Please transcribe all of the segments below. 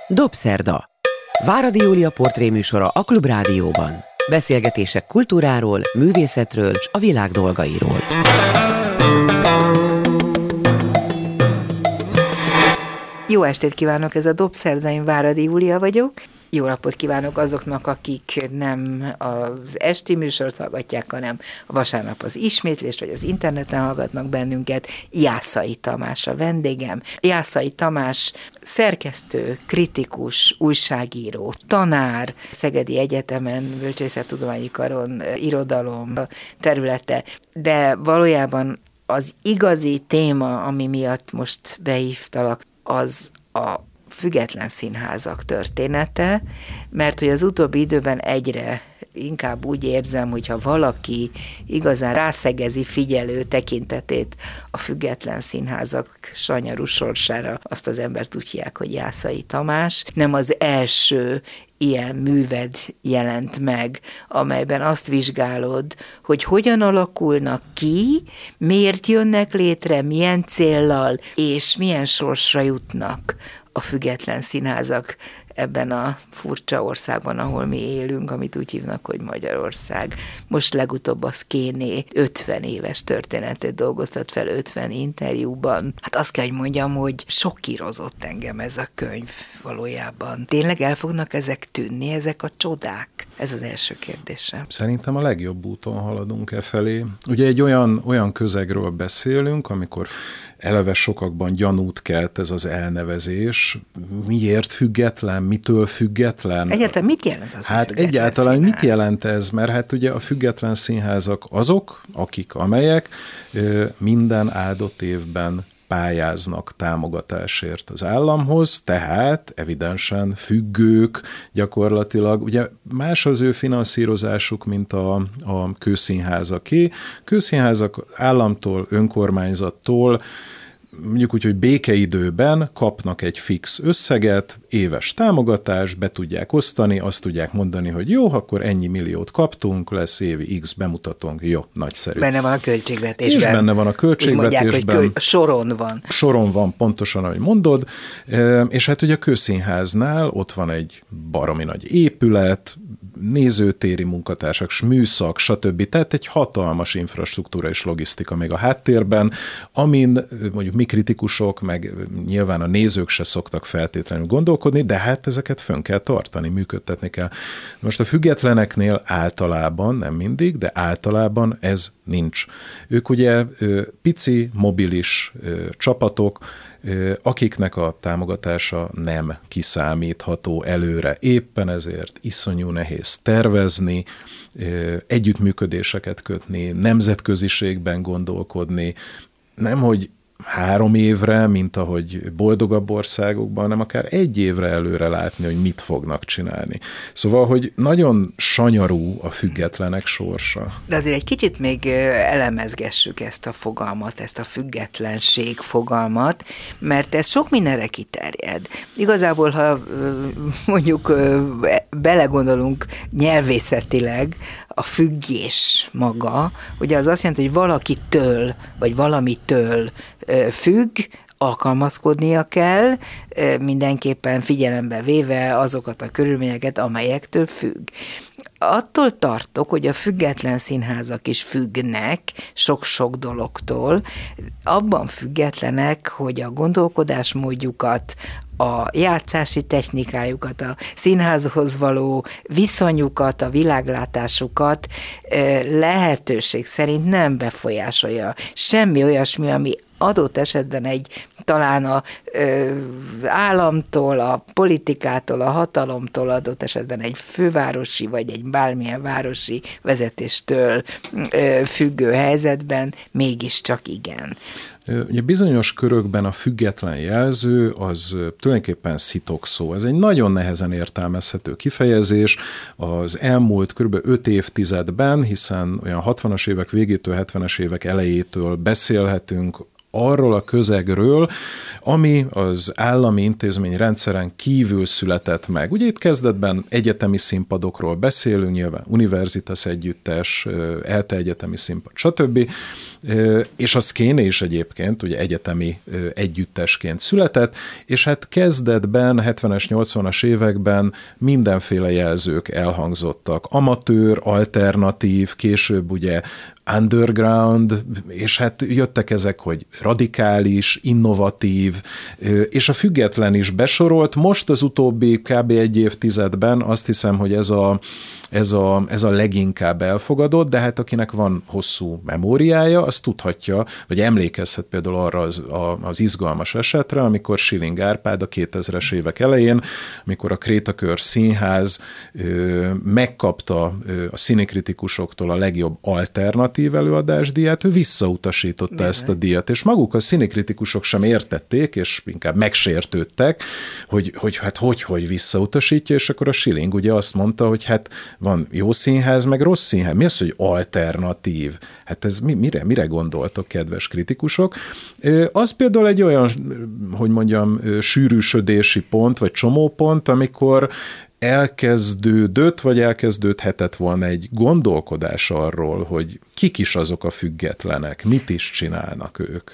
Dobszerda. Váradi Júlia portréműsora a Klubrádióban. Beszélgetések kultúráról, művészetről és a világ dolgairól. Jó estét kívánok, ez a Dobszerda, én Váradi Júlia vagyok. Jó napot kívánok azoknak, akik nem az esti műsort hallgatják, hanem a vasárnap az ismétlést, vagy az interneten hallgatnak bennünket. Jászai Tamás a vendégem. Jászai Tamás szerkesztő, kritikus, újságíró, tanár, Szegedi Egyetemen, Bölcsészettudományi Karon, irodalom területe, de valójában az igazi téma, ami miatt most behívtalak, az a független színházak története, mert hogy az utóbbi időben egyre inkább úgy érzem, hogyha valaki igazán rászegezi figyelő tekintetét a független színházak sanyarú sorsára, azt az embert úgy hívják, hogy Jászai Tamás. Nem az első ilyen műved jelent meg, amelyben azt vizsgálod, hogy hogyan alakulnak ki, miért jönnek létre, milyen céllal, és milyen sorsra jutnak a független színházak ebben a furcsa országban, ahol mi élünk, amit úgy hívnak, hogy Magyarország. Most legutóbb a Szkéné 50 éves történetét dolgoztat fel 50 interjúban. Hát azt kell, hogy mondjam, hogy sokkírozott engem ez a könyv valójában. Tényleg el fognak ezek tűnni, ezek a csodák? Ez az első kérdésem. Szerintem a legjobb úton haladunk e felé. Ugye egy olyan közegről beszélünk, amikor eleve sokakban gyanút kelt ez az elnevezés. Miért független? Mitől független? Egyáltalán mit jelent az, Hát egyáltalán színház? Mit jelent ez? Mert hát ugye a független színházak azok, amelyek minden áldott évben pályáznak támogatásért az államhoz, tehát evidensen függők gyakorlatilag. Ugye más az ő finanszírozásuk, mint a kőszínházaké. Kőszínházak államtól, önkormányzattól, mondjuk úgy, hogy békeidőben kapnak egy fix összeget, éves támogatást, be tudják osztani, azt tudják mondani, hogy jó, akkor ennyi milliót kaptunk, lesz évi X bemutatónk, jó, nagyszerű. Benne van a költségvetésben. És benne van a költségvetésben. Úgy mondják, hogy soron van. Soron van, pontosan, ahogy mondod, és hát ugye a kőszínháznál ott van egy baromi nagy épület, nézőtéri munkatársak, műszak, stb. Tehát egy hatalmas infrastruktúra és logisztika még a háttérben, amin mondjuk mi kritikusok, meg nyilván a nézők se szoktak feltétlenül gondolkodni, de hát ezeket fönn kell tartani, működtetni kell. Most a függetleneknél általában, nem mindig, de általában ez nincs. Ők ugye pici, mobilis csapatok, akiknek a támogatása nem kiszámítható előre. Éppen ezért iszonyú nehéz tervezni, együttműködéseket kötni, nemzetköziségben gondolkodni, nemhogy 3 évre, mint ahogy boldogabb országokban, hanem akár 1 évre előre látni, hogy mit fognak csinálni. Szóval, hogy nagyon sanyarú a függetlenek sorsa. De azért egy kicsit még elemezgessük ezt a fogalmat, ezt a függetlenség fogalmat, mert ez sok mindenre kiterjed. Igazából, ha mondjuk belegondolunk nyelvészetileg, a függés maga, ugye az azt jelenti, hogy valakitől, vagy valamitől függ, alkalmazkodnia kell, mindenképpen figyelembe véve azokat a körülményeket, amelyektől függ. Attól tartok, hogy a független színházak is függnek sok-sok dologtól, abban függetlenek, hogy a gondolkodásmódjukat, a játszási technikájukat, a színházhoz való viszonyukat, a világlátásukat lehetőség szerint nem befolyásolja. Semmi olyasmi, ami adott esetben talán az államtól, a politikától, a hatalomtól, adott esetben egy fővárosi vagy egy bármilyen városi vezetéstől függő helyzetben mégiscsak igen. Ugye bizonyos körökben a független jelző az tulajdonképpen szitokszó. Ez egy nagyon nehezen értelmezhető kifejezés. Az elmúlt kb. 5 évtizedben, hiszen olyan 60-as évek végétől, 70-es évek elejétől beszélhetünk arról a közegről, ami az állami intézmény rendszeren kívül született meg. Ugye itt kezdetben egyetemi színpadokról beszélünk, nyilván Universitas együttes, ELTE egyetemi színpad, stb. És a Szkéné is egyébként egyébként, ugye egyetemi együttesként született, és hát kezdetben, 70-es, 80-as években mindenféle jelzők elhangzottak. Amatőr, alternatív, később ugye underground, és hát jöttek ezek, hogy radikális, innovatív, és a független is besorolt. Most az utóbbi kb. Egy évtizedben azt hiszem, hogy ez a leginkább elfogadott, de hát akinek van hosszú memóriája, az tudhatja, vagy emlékezhet például arra az izgalmas esetre, amikor Schilling Árpád a 2000-es évek elején, amikor a Krétakör Színház megkapta a színikritikusoktól a legjobb alternatív előadásdíjat, ő visszautasította ezt a díjat, és maguk a színikritikusok sem értették, és inkább megsértődtek, hogy visszautasítja, és akkor a Schilling ugye azt mondta, hogy hát van jó színház, meg rossz színház. Mi az, hogy alternatív? Hát ez mire gondoltok, kedves kritikusok? Az például egy olyan, hogy mondjam, sűrűsödési pont, vagy csomópont, amikor elkezdődött, vagy elkezdődhetett volna egy gondolkodás arról, hogy kik is azok a függetlenek, mit is csinálnak ők.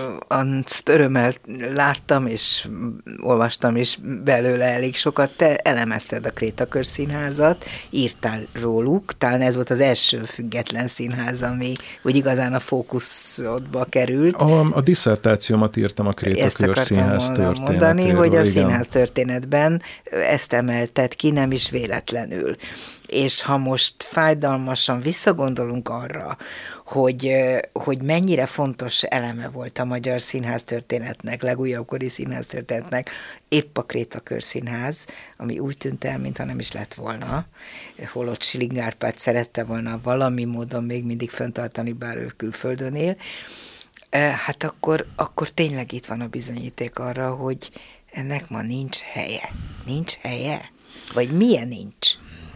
Azt örömmel láttam, és olvastam is belőle elég sokat. Te elemezted a Krétakör Színházat, írtál róluk, talán ez volt az első független színház, ami úgy igazán a fókuszodba került. A disszertációmat írtam a Krétakör Színház történetéről. Mondani, hogy a színház történetben ezt emelted ki, nem is véletlenül. És ha most fájdalmasan visszagondolunk arra, hogy mennyire fontos eleme volt a magyar színháztörténetnek, legújabbkori színháztörténetnek, épp a Krétakör Színház, ami úgy tűnt el, mintha nem is lett volna, holott Schilling Árpád szerette volna valami módon még mindig fenntartani, bár ő külföldön él, hát akkor tényleg itt van a bizonyíték arra, hogy ennek ma nincs helye. Nincs helye? Vagy milyen nincs?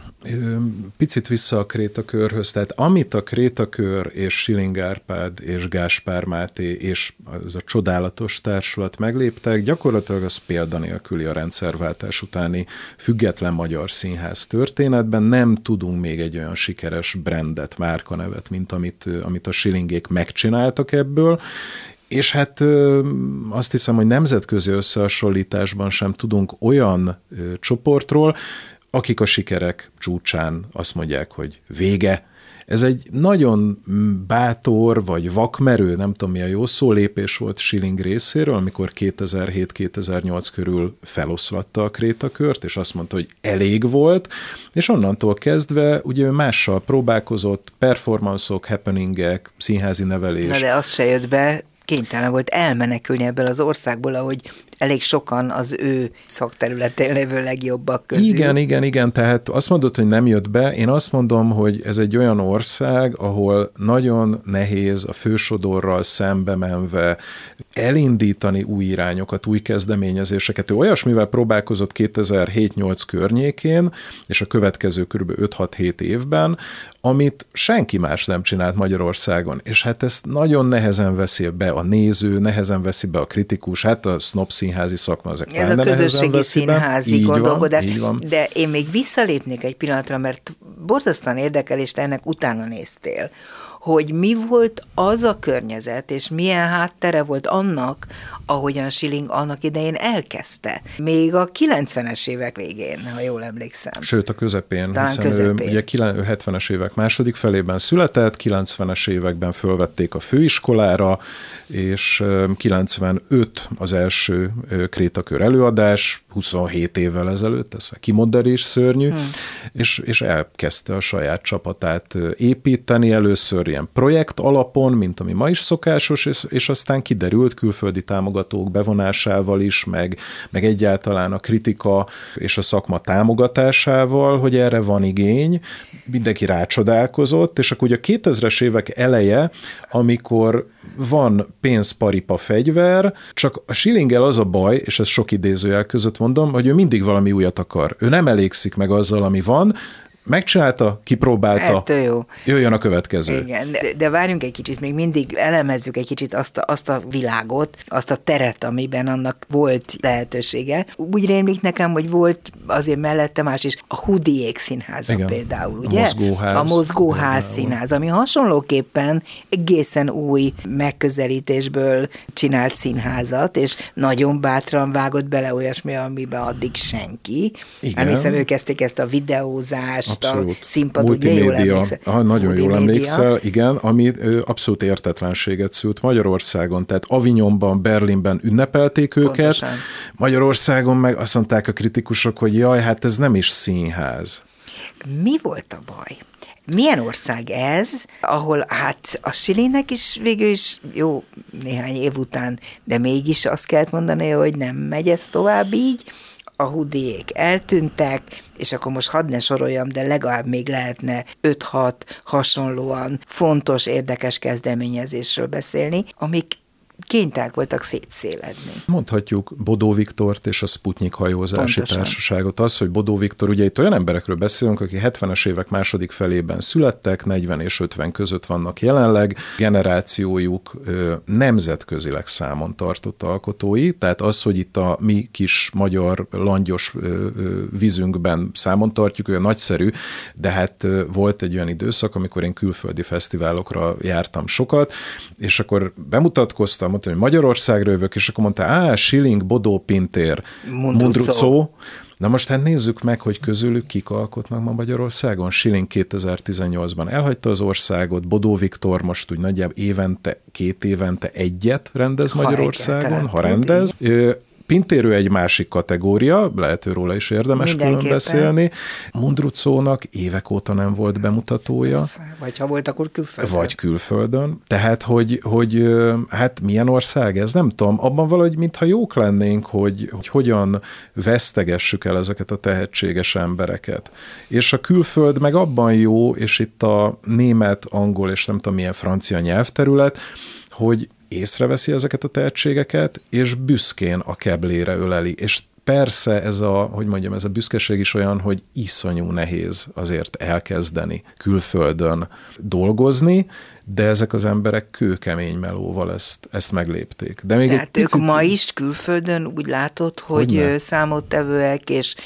Picit vissza a Krétakörhöz, tehát amit a Krétakör és Schilling Árpád és Gáspár Máté és az a csodálatos társulat megléptek, gyakorlatilag az példanélküli a rendszerváltás utáni független magyar színház történetben. Nem tudunk még egy olyan sikeres brandet, márkanevet, mint amit a Schillingék megcsináltak ebből, és hát azt hiszem, hogy nemzetközi összehasonlításban sem tudunk olyan csoportról, akik a sikerek csúcsán azt mondják, hogy vége. Ez egy nagyon bátor, vagy vakmerő, nem tudom mi a jó szó, lépés volt Schilling részéről, amikor 2007-2008 körül feloszlatta a Krétakört, és azt mondta, hogy elég volt, és onnantól kezdve ugye ő mással próbálkozott, performanszok, happeningek, színházi nevelés. Na de az se jött be, kénytelen volt elmenekülni ebből az országból, ahogy elég sokan az ő szakterületén lévő legjobbak közül. Igen, tehát azt mondod, hogy nem jött be, én azt mondom, hogy ez egy olyan ország, ahol nagyon nehéz a fősodorral szembe menve elindítani új irányokat, új kezdeményezéseket. Ő olyasmivel próbálkozott 2007-8 környékén, és a következő kb. 5-6-7 évben, amit senki más nem csinált Magyarországon, és hát ezt nagyon nehezen veszi be a néző, nehezen veszi be a kritikus, hát a snob színházi szakma ezek ez a közösségi színházi gondolkodás, így van. De én még visszalépnék egy pillanatra, mert borzasztóan érdekel, és te ennek utána néztél, hogy mi volt az a környezet, és milyen háttere volt annak, ahogyan Schilling annak idején elkezdte. Még a 90-es évek végén, ha jól emlékszem. Sőt, a közepén, hiszen ő ugye 70-es évek második felében született, 90-es években fölvették a főiskolára, és 95 az első Krétakör előadás, 27 évvel ezelőtt, ez a kimondani is szörnyű, és elkezdte a saját csapatát építeni, először ilyen projekt alapon, mint ami ma is szokásos, és aztán kiderült külföldi támogatók bevonásával is, meg egyáltalán a kritika és a szakma támogatásával, hogy erre van igény, mindenki rácsodálkozott, és akkor ugye a 2000-es évek eleje, amikor van pénz, paripa, fegyver, csak a Schillinggel az a baj, és ez sok idézőjel között mondom, hogy ő mindig valami újat akar. Ő nem elégszik meg azzal, ami van, megcsinálta, kipróbálta, jó. Jöjjön a következő. Igen, de várjunk egy kicsit, még mindig elemezzük egy kicsit azt a világot, azt a teret, amiben annak volt lehetősége. Úgy rémlik nekem, hogy volt azért mellette más is, a Hudiék színháza például, ugye? A Mozgóház színház, ami hasonlóképpen egészen új megközelítésből csinált színházat, és nagyon bátran vágott bele olyasmi, amiben addig senki. Igen. Hiszem, ők kezdték ezt a videózást, abszolút. A színpad, ugye jól emlékszel? Nagyon jól emlékszel, igen, ami abszolút értetlenséget szült Magyarországon, tehát Avignonban, Berlinben ünnepelték őket, pontosan. Magyarországon meg azt mondták a kritikusok, hogy jaj, hát ez nem is színház. Mi volt a baj? Milyen ország ez, ahol hát a Schillingnek is végül is jó néhány év után, de mégis azt kellett mondani, hogy nem megy ez tovább így, a Hudiék eltűntek, és akkor most hadd ne soroljam, de legalább még lehetne 5-6 hasonlóan fontos, érdekes kezdeményezésről beszélni, amik kénytelenek voltak szétszéledni. Mondhatjuk Bodó Viktort és a Sputnik hajózási pontosan. Társaságot. Az, hogy Bodó Viktor, ugye itt olyan emberekről beszélünk, akik 70-es évek második felében születtek, 40 és 50 között vannak jelenleg, generációjuk nemzetközileg számon tartott alkotói, tehát az, hogy itt a mi kis magyar langyos vízünkben számon tartjuk, olyan nagyszerű, de hát volt egy olyan időszak, amikor én külföldi fesztiválokra jártam sokat, és akkor bemutatkoztam, mondtam, hogy Magyarországról jövök, és akkor mondta, Schilling, Bodó, Pintér, Mundruczó. Na most hát nézzük meg, hogy közülük kik alkotnak ma Magyarországon. Schilling 2018-ban elhagyta az országot, Bodó Viktor most úgy nagyjából 2 évente egyet rendez Magyarországon, ha rendez. Pintérő egy másik kategória, lehet, hogy róla is érdemes külön beszélni. Mundruczónak évek óta nem volt bemutatója. Persze. Vagy ha volt, akkor külföldön. Vagy külföldön. Tehát, hogy hát milyen ország ez? Nem tudom, abban valahogy mintha jók lennénk, hogy hogyan vesztegessük el ezeket a tehetséges embereket. És a külföld meg abban jó, és itt a német, angol és nem tudom milyen francia nyelvterület, hogy észreveszi ezeket a tehetségeket, és büszkén a keblére öleli. És persze ez a büszkeség is olyan, hogy iszonyú nehéz azért elkezdeni külföldön dolgozni, de ezek az emberek kőkemény melóval ezt meglépték. De még tehát ők ma is külföldön úgy látod, hogy számottevőek,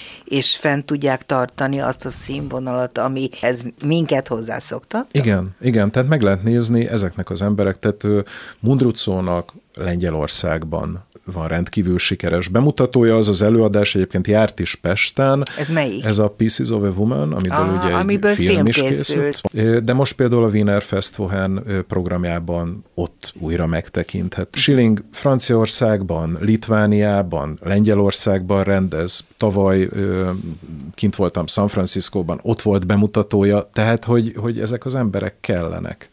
és fent tudják tartani azt a színvonalat, amihez minket hozzászoktat. Igen, tehát meg lehet nézni ezeknek az emberek, tehát Mundruczónak Lengyelországban van rendkívül sikeres bemutatója, az előadás egyébként járt is Pesten. Ez melyik? Ez a Pieces of a Woman, amiből egy film is készült. De most például a Wiener Festwochen programjában ott újra megtekinthet. Schilling Franciaországban, Litvániában, Lengyelországban rendez. Tavaly kint voltam San Franciscóban, ott volt bemutatója, tehát hogy ezek az emberek kellenek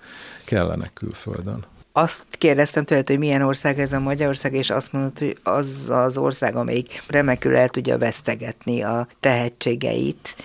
külföldön. Azt kérdeztem tőled, hogy milyen ország ez a Magyarország, és azt mondod, hogy az az ország, amelyik remekül el tudja vesztegetni a tehetségeit.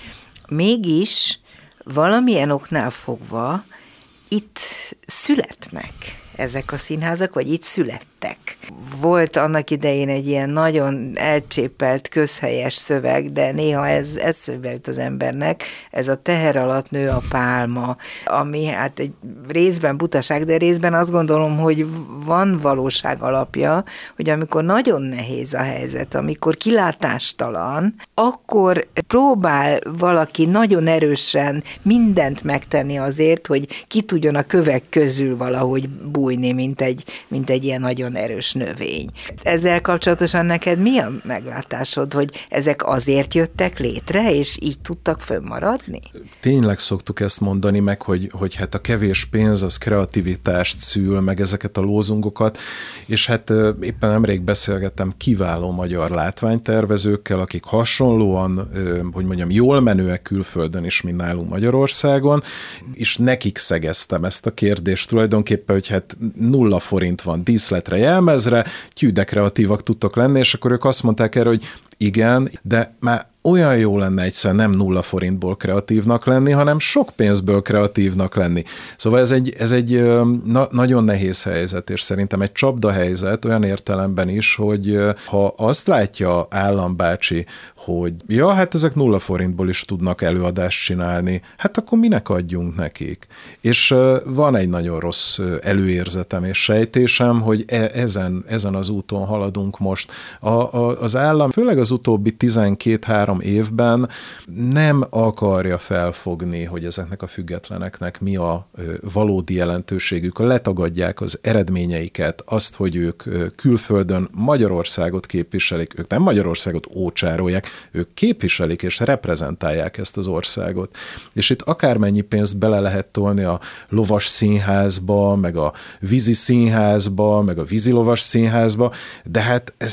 Mégis valamilyen oknál fogva itt születnek ezek a színházak, vagy itt születtek. Volt annak idején egy ilyen nagyon elcsépelt, közhelyes szöveg, de néha ez eszébe jut az embernek, ez a teher alatt nő a pálma, ami hát egy részben butaság, de részben azt gondolom, hogy van valóság alapja, hogy amikor nagyon nehéz a helyzet, amikor kilátástalan, akkor próbál valaki nagyon erősen mindent megtenni azért, hogy ki tudjon a kövek közül valahogy bújni, mint egy ilyen nagyon erős növény. Ezzel kapcsolatosan neked mi a meglátásod, hogy ezek azért jöttek létre, és így tudtak fönnmaradni? Tényleg szoktuk ezt mondani meg, hogy hát a kevés pénz az kreativitást szül, meg ezeket a lózungokat, és hát éppen nemrég beszélgettem kiváló magyar látványtervezőkkel, akik hasonlóan, jól menőek külföldön is, mint nálunk Magyarországon, és nekik szegeztem ezt a kérdést tulajdonképpen, hogy hát 0 forint van díszletre, jelmezre, de kreatívak tudtok lenni, és akkor ők azt mondták erre, hogy igen, de már olyan jó lenne egyszer nem 0 forintból kreatívnak lenni, hanem sok pénzből kreatívnak lenni. Szóval ez egy nagyon nehéz helyzet, és szerintem egy csapdahelyzet olyan értelemben is, hogy ha azt látja állambácsi, hogy ja, hát ezek 0 forintból is tudnak előadást csinálni, hát akkor minek adjunk nekik? És van egy nagyon rossz előérzetem és sejtésem, hogy ezen az úton haladunk most. Az állam, főleg az utóbbi 12-3 évben nem akarja felfogni, hogy ezeknek a függetleneknek mi a valódi jelentőségük, letagadják az eredményeiket, azt, hogy ők külföldön Magyarországot képviselik, ők nem Magyarországot ócsárolják, ők képviselik és reprezentálják ezt az országot. És itt akármennyi pénzt bele lehet tolni a lovas színházba, meg a vízi színházba, meg a vízilovas színházba, de hát ez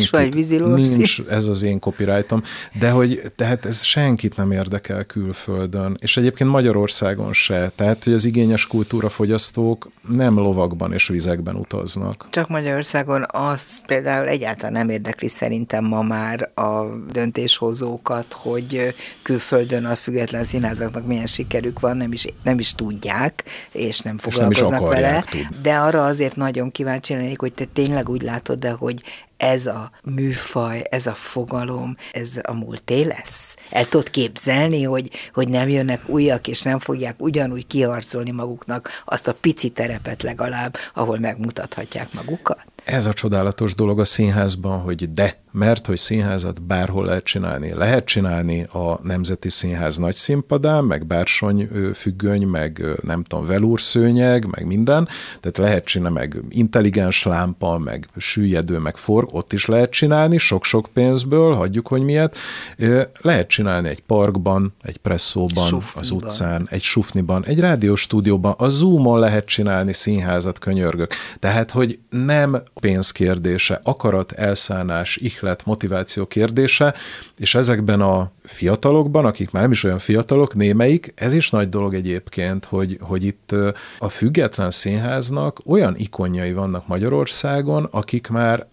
nincs, ez az én copyrightom, de hogy tehát ez senkit nem érdekel külföldön, és egyébként Magyarországon se, tehát hogy az igényes kultúrafogyasztók nem lovakban és vizekben utaznak. Csak Magyarországon az például egyáltalán nem érdekli szerintem ma már a döntéshozókat, hogy külföldön a független színházaknak milyen sikerük van, nem is tudják, és nem foglalkoznak vele, de arra azért nagyon kíváncsi lennék, hogy te tényleg úgy látod, de hogy ez a műfaj, ez a fogalom, ez a múlté lesz? El tudod képzelni, hogy nem jönnek újak, és nem fogják ugyanúgy kiharcolni maguknak azt a pici terepet legalább, ahol megmutathatják magukat? Ez a csodálatos dolog a színházban, hogy mert hogy színházat bárhol lehet csinálni. Lehet csinálni a Nemzeti Színház nagy színpadán, meg bársony függöny, meg nem tudom, velúrszőnyeg, meg minden, tehát lehet csinálni, meg intelligens lámpa, meg süllyedő, meg forg, ott is lehet csinálni, sok-sok pénzből, hagyjuk, hogy miért. Lehet csinálni egy parkban, egy presszóban, az utcán, egy sufniban, egy rádióstúdióban, a Zoomon lehet csinálni színházat, könyörgök. Tehát, hogy nem pénz kérdése, akarat, elszánás, ihlet, motiváció kérdése, és ezekben a fiatalokban, akik már nem is olyan fiatalok, némelyik, ez is nagy dolog egyébként, hogy itt a független színháznak olyan ikonjai vannak Magyarországon, akik már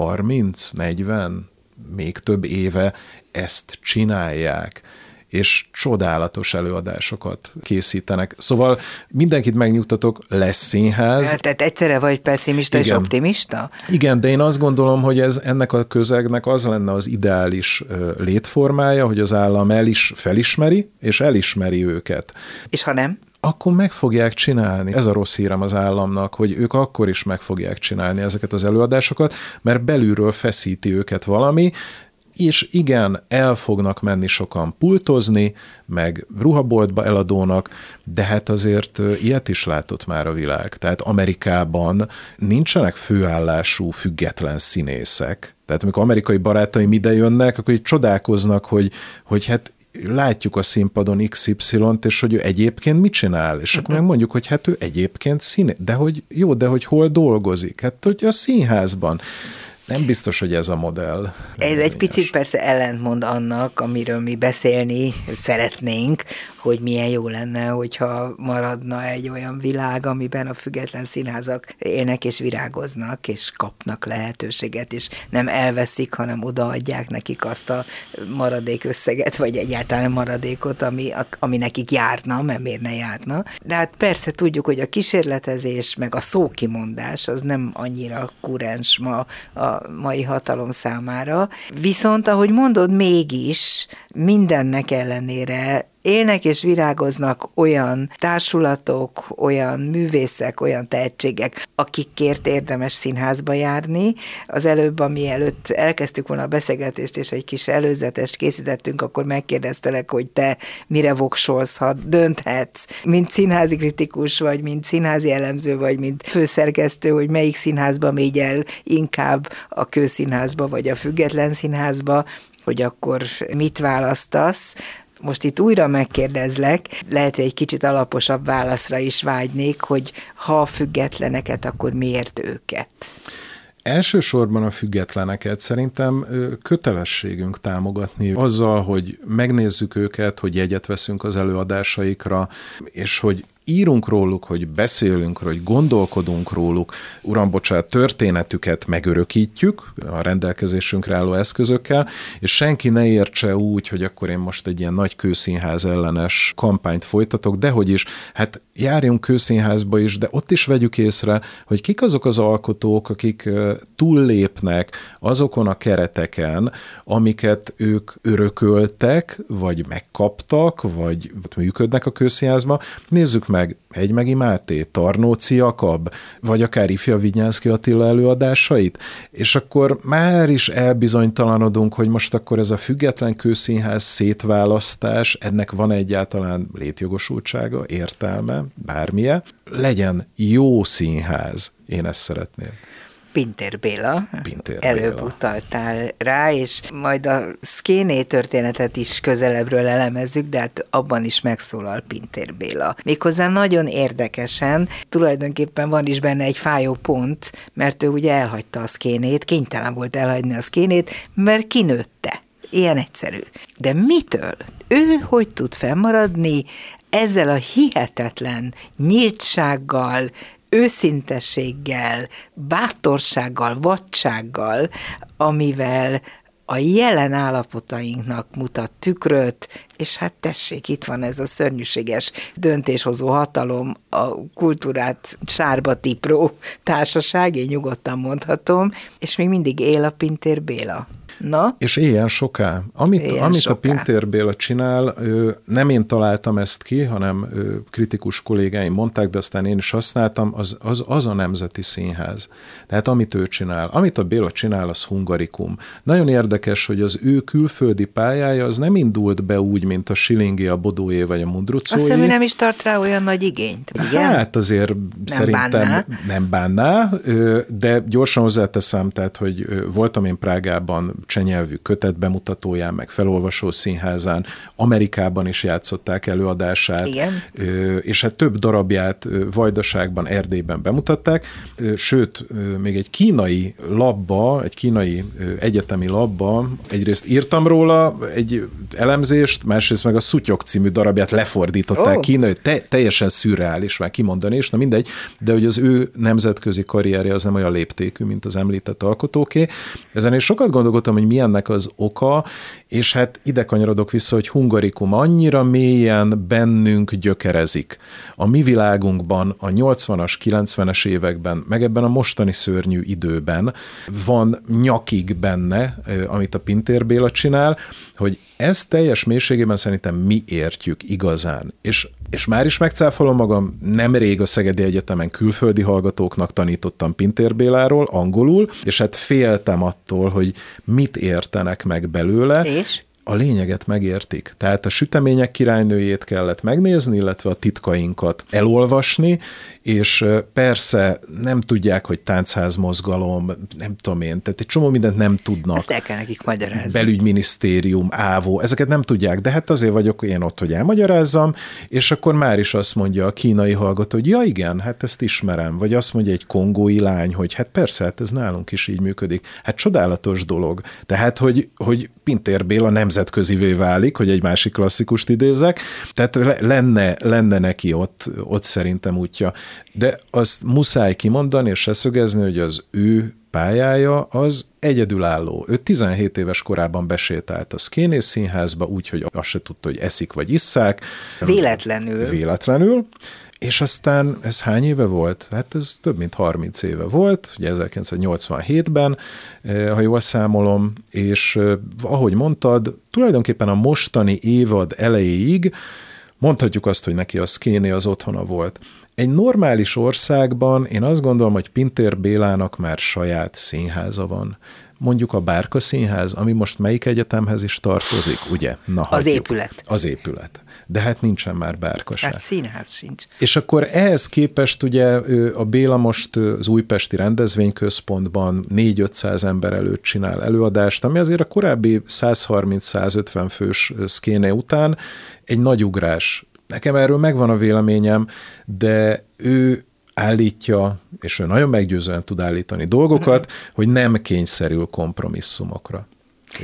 30-40, még több éve ezt csinálják, és csodálatos előadásokat készítenek. Szóval mindenkit megnyugtatok, lesz színház. Tehát egyszerre vagy pessimista és optimista? Igen, de én azt gondolom, hogy ennek a közegnek az lenne az ideális létformája, hogy az állam felismeri, és elismeri őket. És ha nem? Akkor meg fogják csinálni. Ez a rossz hírem az államnak, hogy ők akkor is meg fogják csinálni ezeket az előadásokat, mert belülről feszíti őket valami, és igen, el fognak menni sokan pultozni, meg ruhaboltba eladónak, de hát azért ilyet is látott már a világ. Tehát Amerikában nincsenek főállású független színészek. Tehát amikor amerikai barátaim ide jönnek, akkor így csodálkoznak, hogy hát látjuk a színpadon XY-t, és hogy ő egyébként mit csinál, és akkor megmondjuk, hogy hát ő egyébként színész, de hogy hol dolgozik, hát hogy a színházban. Nem biztos, hogy ez a modell. Ez egy picit persze ellentmond annak, amiről mi beszélni szeretnénk, hogy milyen jó lenne, hogyha maradna egy olyan világ, amiben a független színházak élnek és virágoznak, és kapnak lehetőséget, és nem elveszik, hanem odaadják nekik azt a maradék összeget, vagy egyáltalán maradékot, ami nekik járna, mert miért ne járna. De hát persze tudjuk, hogy a kísérletezés, meg a szókimondás az nem annyira kurens ma a mai hatalom számára. Viszont, ahogy mondod, mégis mindennek ellenére élnek és virágoznak olyan társulatok, olyan művészek, olyan tehetségek, akikért érdemes színházba járni. Az előbb, mielőtt elkezdtük volna a beszélgetést, és egy kis előzetest készítettünk, akkor megkérdeztelek, hogy te mire voksolsz, ha dönthetsz, mint színházi kritikus, vagy mint színházi elemző, vagy mint főszerkesztő, hogy melyik színházba megy el inkább, a Kőszínházba, vagy a Független Színházba, hogy akkor mit választasz. Most itt újra megkérdezlek, lehet, hogy egy kicsit alaposabb válaszra is vágynék, hogy ha függetleneket, akkor miért őket? Elsősorban a függetleneket szerintem kötelességünk támogatni azzal, hogy megnézzük őket, hogy jegyet veszünk az előadásaikra, és hogy írunk róluk, hogy beszélünk, hogy gondolkodunk róluk, uram, bocsánat, történetüket megörökítjük a rendelkezésünkre álló eszközökkel, és senki ne értse úgy, hogy akkor én most egy ilyen nagy kőszínház ellenes kampányt folytatok, dehogy is, hát járjunk kőszínházba is, de ott is vegyük észre, hogy kik azok az alkotók, akik túllépnek azokon a kereteken, amiket ők örököltek, vagy megkaptak, vagy működnek a kőszínházban. Nézzük meg Hegymegi Máté, Tarnóci Jakab, vagy akár Ifja Vignyánszky Attila előadásait, és akkor már is elbizonytalanodunk, hogy most akkor ez a független kőszínház szétválasztás, ennek van egyáltalán létjogosultsága, értelme, bármilyen. Legyen jó színház. Én ezt szeretném. Pintér Béla, előbb utaltál rá, és majd a Szkéné történetet is közelebbről elemezzük, de hát abban is megszólal Pintér Béla. Méghozzá nagyon érdekesen, tulajdonképpen van is benne egy fájó pont, mert ő ugye elhagyta a Szkénét, kénytelen volt elhagyni a Szkénét, mert kinőtte. Ilyen egyszerű. De mitől? Ő hogy tud fennmaradni ezzel a hihetetlen nyíltsággal, őszintességgel, bátorsággal, vadsággal, amivel a jelen állapotainknak mutat tükröt, és hát tessék, itt van ez a szörnyűséges döntéshozó hatalom, a kultúrát sárba tipró társaság, én nyugodtan mondhatom, és még mindig él a Pintér Béla. Na? És éljen soká. Amit a Pintér Béla csinál, nem én találtam ezt ki, hanem kritikus kollégáim mondták, de aztán én is használtam, az a Nemzeti Színház. Tehát amit ő csinál. Amit a Béla csinál, az hungarikum. Nagyon érdekes, hogy az ő külföldi pályája az nem indult be úgy, mint a Schillingi, a Bodóé vagy a Mundruczói. Azt hiszem, ő nem is tart rá olyan nagy igényt, igen? Hát azért szerintem nem bánná, de gyorsan hozzáteszem, tehát, hogy voltam én Prágában csenyelvű kötet bemutatóján, meg felolvasó színházán, Amerikában is játszották előadását, igen. És hát több darabját Vajdaságban, Erdélyben bemutatták, sőt, még egy kínai labba, egy kínai egyetemi labba, egyrészt írtam róla egy elemzést, másrészt meg a Szutyok című darabját lefordították kínai, teljesen szürreális, már kimondani is, na mindegy, de hogy az ő nemzetközi karrierje az nem olyan léptékű, mint az említett alkotóké. Ezen is sokat gondolkodtam, hogy mi ennek az oka, és hát ide kanyarodok vissza, hogy hungarikum annyira mélyen bennünk gyökerezik. A mi világunkban a 80-as, 90-es években, meg ebben a mostani szörnyű időben van nyakig benne, amit a Pintér Béla csinál, hogy ezt teljes mélységében szerintem mi értjük igazán. És már is megcáfolom magam, nemrég a Szegedi Egyetemen külföldi hallgatóknak tanítottam Pintér Béláról, angolul, és hát féltem attól, hogy mit értenek meg belőle. És? A lényeget megértik. Tehát a Sütemények királynőjét kellett megnézni, illetve a Titkainkat elolvasni, és persze nem tudják, hogy táncházmozgalom, nem tudom én, tehát egy csomó mindent nem tudnak. Ezt el kell nekik magyarázni. Belügyminisztérium, ÁVO, ezeket nem tudják, de hát azért vagyok én ott, hogy elmagyarázzam, és akkor már is azt mondja a kínai hallgató, hogy ja igen, hát ezt ismerem, vagy azt mondja egy kongói lány, hogy hát persze, hát ez nálunk is így működik. Hát csodálatos dolog. Tehát, hogy Pintér Béla nemzetközivé válik, hogy egy másik klasszikust idézzek, tehát lenne neki ott szerintem útja. De azt muszáj kimondani és leszögezni, hogy az ő pályája az egyedülálló. Ő 17 éves korában besétált a Szkéné Színházba, úgyhogy azt se tudta, hogy eszik vagy isszák. Véletlenül. És aztán ez hány éve volt? Hát ez több mint 30 éve volt, ugye 1987-ben, ha jól számolom, és ahogy mondtad, tulajdonképpen a mostani évad elejéig mondhatjuk azt, hogy neki a Szkéné az otthona volt. Egy normális országban én azt gondolom, hogy Pintér Bélának már saját színháza van. Mondjuk a Bárka Színház, ami most melyik egyetemhez is tartozik, ugye? Na, az épület. Az épület. De hát nincsen már Bárka se. Hát színház sincs. És akkor ehhez képest ugye a Béla most az Újpesti Rendezvényközpontban 400-500 ember előtt csinál előadást, ami azért a korábbi 130-150 fős Szkéné után egy nagy ugrás. Nekem erről megvan a véleményem, de ő állítja, és ő nagyon meggyőzően tud állítani dolgokat, hogy nem kényszerül kompromisszumokra. Jó.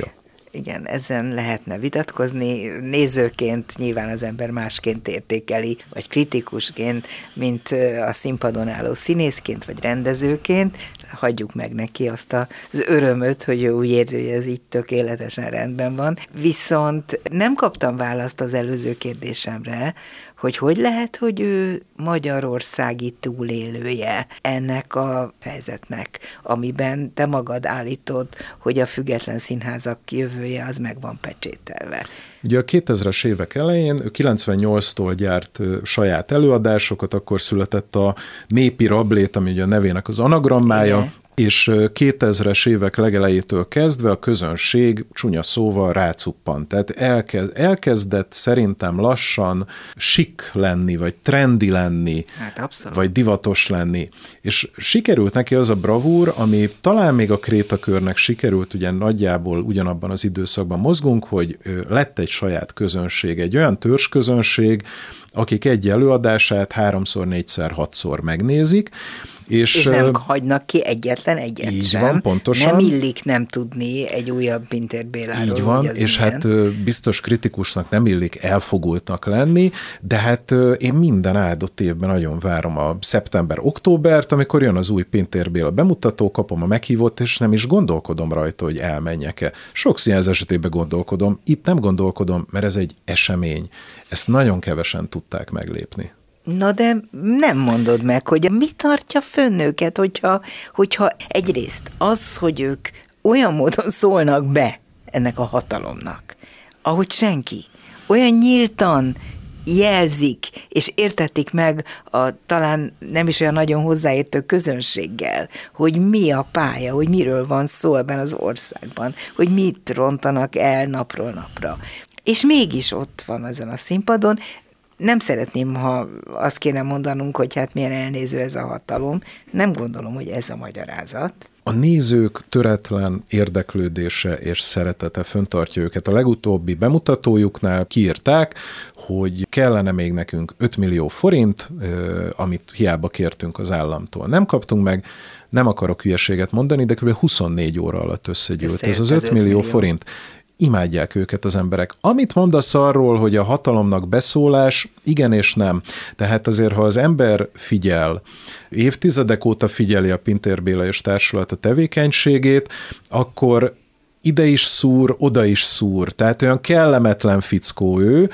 Igen, ezen lehetne vitatkozni. Nézőként nyilván az ember másként értékeli, vagy kritikusként, mint a színpadon álló színészként, vagy rendezőként. Hagyjuk meg neki azt az örömöt, hogy ő úgy érzi, hogy ez így tökéletesen rendben van. Viszont nem kaptam választ az előző kérdésemre, hogy lehet, hogy ő magyarországi túlélője ennek a helyzetnek, amiben te magad állítod, hogy a független színházak jövője az meg van pecsételve. Ugye a 2000-es évek elején, 98-tól gyárt saját előadásokat, akkor született a Népi Rablét, ami ugye a nevének az anagrammája, igen. És 2000-es évek legelejétől kezdve a közönség csúnya szóval rácuppant. Tehát elkezdett szerintem lassan sik lenni, vagy trendi lenni, vagy divatos lenni. És sikerült neki az a bravúr, ami talán még a Krétakörnek sikerült, ugye nagyjából ugyanabban az időszakban mozgunk, hogy lett egy saját közönség, egy olyan törzsközönség, akik egy előadását 3-szor, 4-szer, 6-szor megnézik, és nem hagynak ki egyetlen egyet így sem. Van, pontosan. Nem illik nem tudni egy újabb Pintér Béláról. Így van, és milyen. Hát biztos kritikusnak nem illik elfogultnak lenni, de hát én minden áldott évben nagyon várom a szeptember-októbert, amikor jön az új Pintér Béla bemutató, kapom a meghívót, és nem is gondolkodom rajta, hogy elmenjek-e. Sok színház esetében gondolkodom, itt nem gondolkodom, mert ez egy esemény. Ezt nagyon kevesen tudták meglépni. Na de nem mondod meg, hogy mi tartja fönn őket, hogyha egyrészt az, hogy ők olyan módon szólnak be ennek a hatalomnak, ahogy senki, olyan nyíltan jelzik, és értették meg a talán nem is olyan nagyon hozzáértő közönséggel, hogy mi a pálya, hogy miről van szó ebben az országban, hogy mit rontanak el napról napra. És mégis ott van ezen a színpadon. Nem szeretném, ha azt kéne mondanunk, hogy hát milyen elnéző ez a hatalom. Nem gondolom, hogy ez a magyarázat. A nézők töretlen érdeklődése és szeretete fenntartja őket. A legutóbbi bemutatójuknál kiírták, hogy kellene még nekünk 5 millió forint, amit hiába kértünk az államtól. Nem kaptunk meg, nem akarok hülyeséget mondani, de kb. 24 óra alatt összegyűlt. Ez az 5 millió forint. Imádják őket az emberek. Amit mondasz arról, hogy a hatalomnak beszólás, igen és nem. Tehát azért, ha az ember figyel, évtizedek óta figyeli a Pintér Béla és társulata tevékenységét, akkor ide is szúr, oda is szúr. Tehát olyan kellemetlen fickó ő,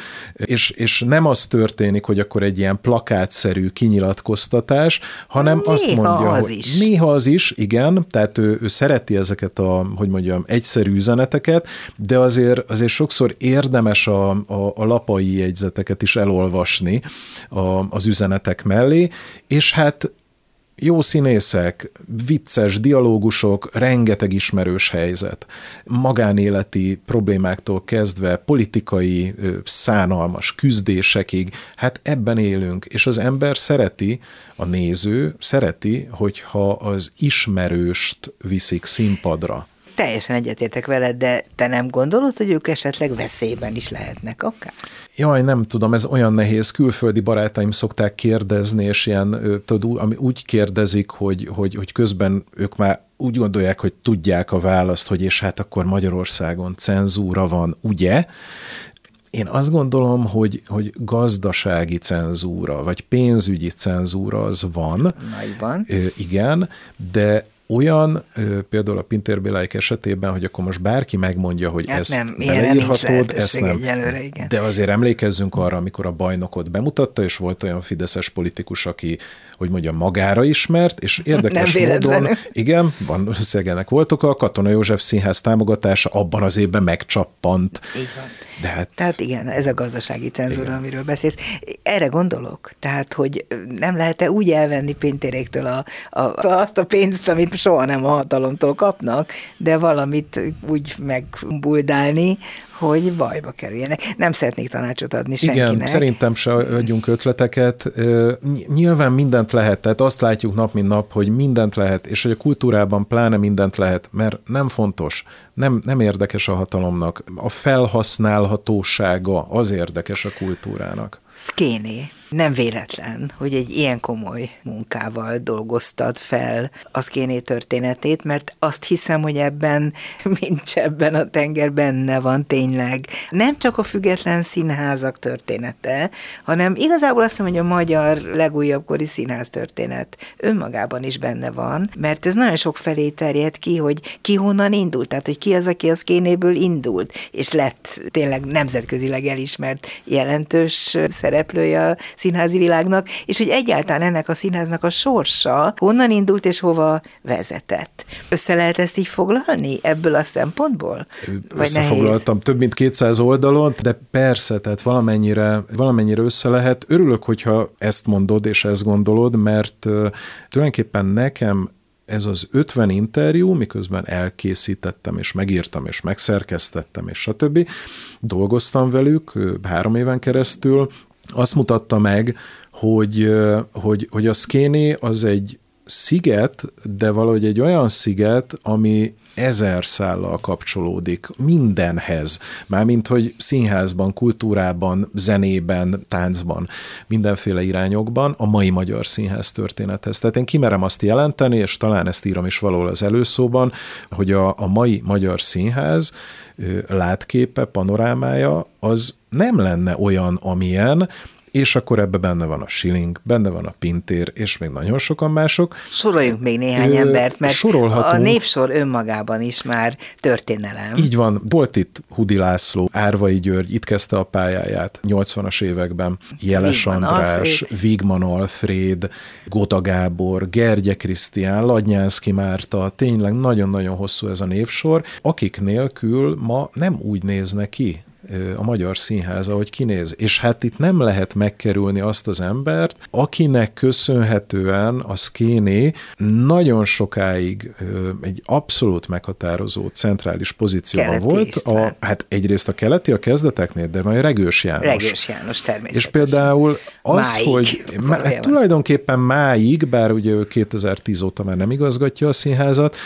és nem az történik, hogy akkor egy ilyen plakátszerű kinyilatkoztatás, hanem néha azt mondja, az hogy is. Néha az is, igen, tehát ő szereti ezeket a, hogy mondjam, egyszerű üzeneteket, de azért sokszor érdemes a lapai jegyzeteket is elolvasni az üzenetek mellé, és hát jó színészek, vicces dialógusok, rengeteg ismerős helyzet. Magánéleti problémáktól kezdve politikai, szánalmas küzdésekig, hát ebben élünk, és az ember szereti, a néző szereti, hogyha az ismerőst viszik színpadra. Teljesen egyetértek veled, de te nem gondolod, hogy ők esetleg veszélyben is lehetnek akár? Jaj, nem tudom, ez olyan nehéz. Külföldi barátaim szokták kérdezni, és ilyen, úgy kérdezik, hogy közben ők már úgy gondolják, hogy tudják a választ, hogy és hát akkor Magyarországon cenzúra van, ugye? Én azt gondolom, hogy gazdasági cenzúra, vagy pénzügyi cenzúra az van. Nagyban. Igen, de olyan, például a Pintér Béláik esetében, hogy akkor most bárki megmondja, hogy hát ezt nem, beleírhatod, ezt nem. Egyelőre, igen. De azért emlékezzünk arra, amikor a Bajnokot bemutatta, és volt olyan fideszes politikus, aki, hogy mondjam, magára ismert, és érdekes módon, igen, valószínűleg voltak, a Katona József Színház támogatása abban az évben megcsappant. Így van. De hát, tehát igen, ez a gazdasági cenzúra, igen, amiről beszélsz. Erre gondolok, tehát, hogy nem lehet-e úgy elvenni Pintéréktől azt a pénzt, amit soha nem a hatalomtól kapnak, de valamit úgy megbuldálni, hogy bajba kerüljenek. Nem szeretnék tanácsot adni senkinek. Igen, szerintem se adjunk ötleteket. Nyilván mindent lehet, tehát azt látjuk nap, mint nap, hogy mindent lehet, és hogy a kultúrában pláne mindent lehet, mert nem fontos, nem érdekes a hatalomnak. A felhasználhatósága az érdekes a kultúrának. Szkéné. Nem véletlen, hogy egy ilyen komoly munkával dolgoztad fel a Szkéné történetét, mert azt hiszem, hogy ebben, mint ebben a tenger benne van tényleg nem csak a független színházak története, hanem igazából azt hiszem, hogy a magyar legújabb kori színház történet önmagában is benne van, mert ez nagyon sok felé terjed ki, hogy ki honnan indult, tehát hogy ki az, aki a Szkénéből indult, és lett tényleg nemzetközileg elismert jelentős szereplője a színházi világnak, és hogy egyáltalán ennek a színháznak a sorsa honnan indult és hova vezetett. Össze lehet ezt így foglalni ebből a szempontból? Összefoglaltam több mint 200 oldalon, de persze, tehát valamennyire össze lehet. Örülök, hogyha ezt mondod és ezt gondolod, mert tulajdonképpen nekem ez az 50 interjú, miközben elkészítettem, és megírtam, és megszerkesztettem, és stb. Dolgoztam velük 3 éven keresztül, azt mutatta meg, hogy a Szkéné az egy sziget, de valahogy egy olyan sziget, ami 1000 szállal kapcsolódik mindenhez. Mármint, hogy színházban, kultúrában, zenében, táncban, mindenféle irányokban a mai magyar színház történethez. Tehát én kimerem azt jelenteni, és talán ezt írom is valahol az előszóban, hogy a mai magyar színház látképe, panorámája az nem lenne olyan, amilyen, és akkor ebben benne van a Schilling, benne van a Pintér, és még nagyon sokan mások. Soroljunk még néhány embert, mert a névsor önmagában is már történelem. Így van, volt itt Hudi László, Árvai György, itt kezdte a pályáját 80-as években, Jeles András, Wigman Alfréd, Goda Gábor, Gergye Krisztián, Ladnyánszky Márta, tényleg nagyon-nagyon hosszú ez a névsor, akik nélkül ma nem úgy nézne ki a magyar színház, ahogy kinéz. És hát itt nem lehet megkerülni azt az embert, akinek köszönhetően a Szkéné nagyon sokáig egy abszolút meghatározó centrális pozícióban Keleti volt. Hát egyrészt a keleti a kezdeteknél, de majd Regős János. Regős János természetesen. És például az, máig, hogy tulajdonképpen máig, bár ugye ő 2010 óta már nem igazgatja a színházat,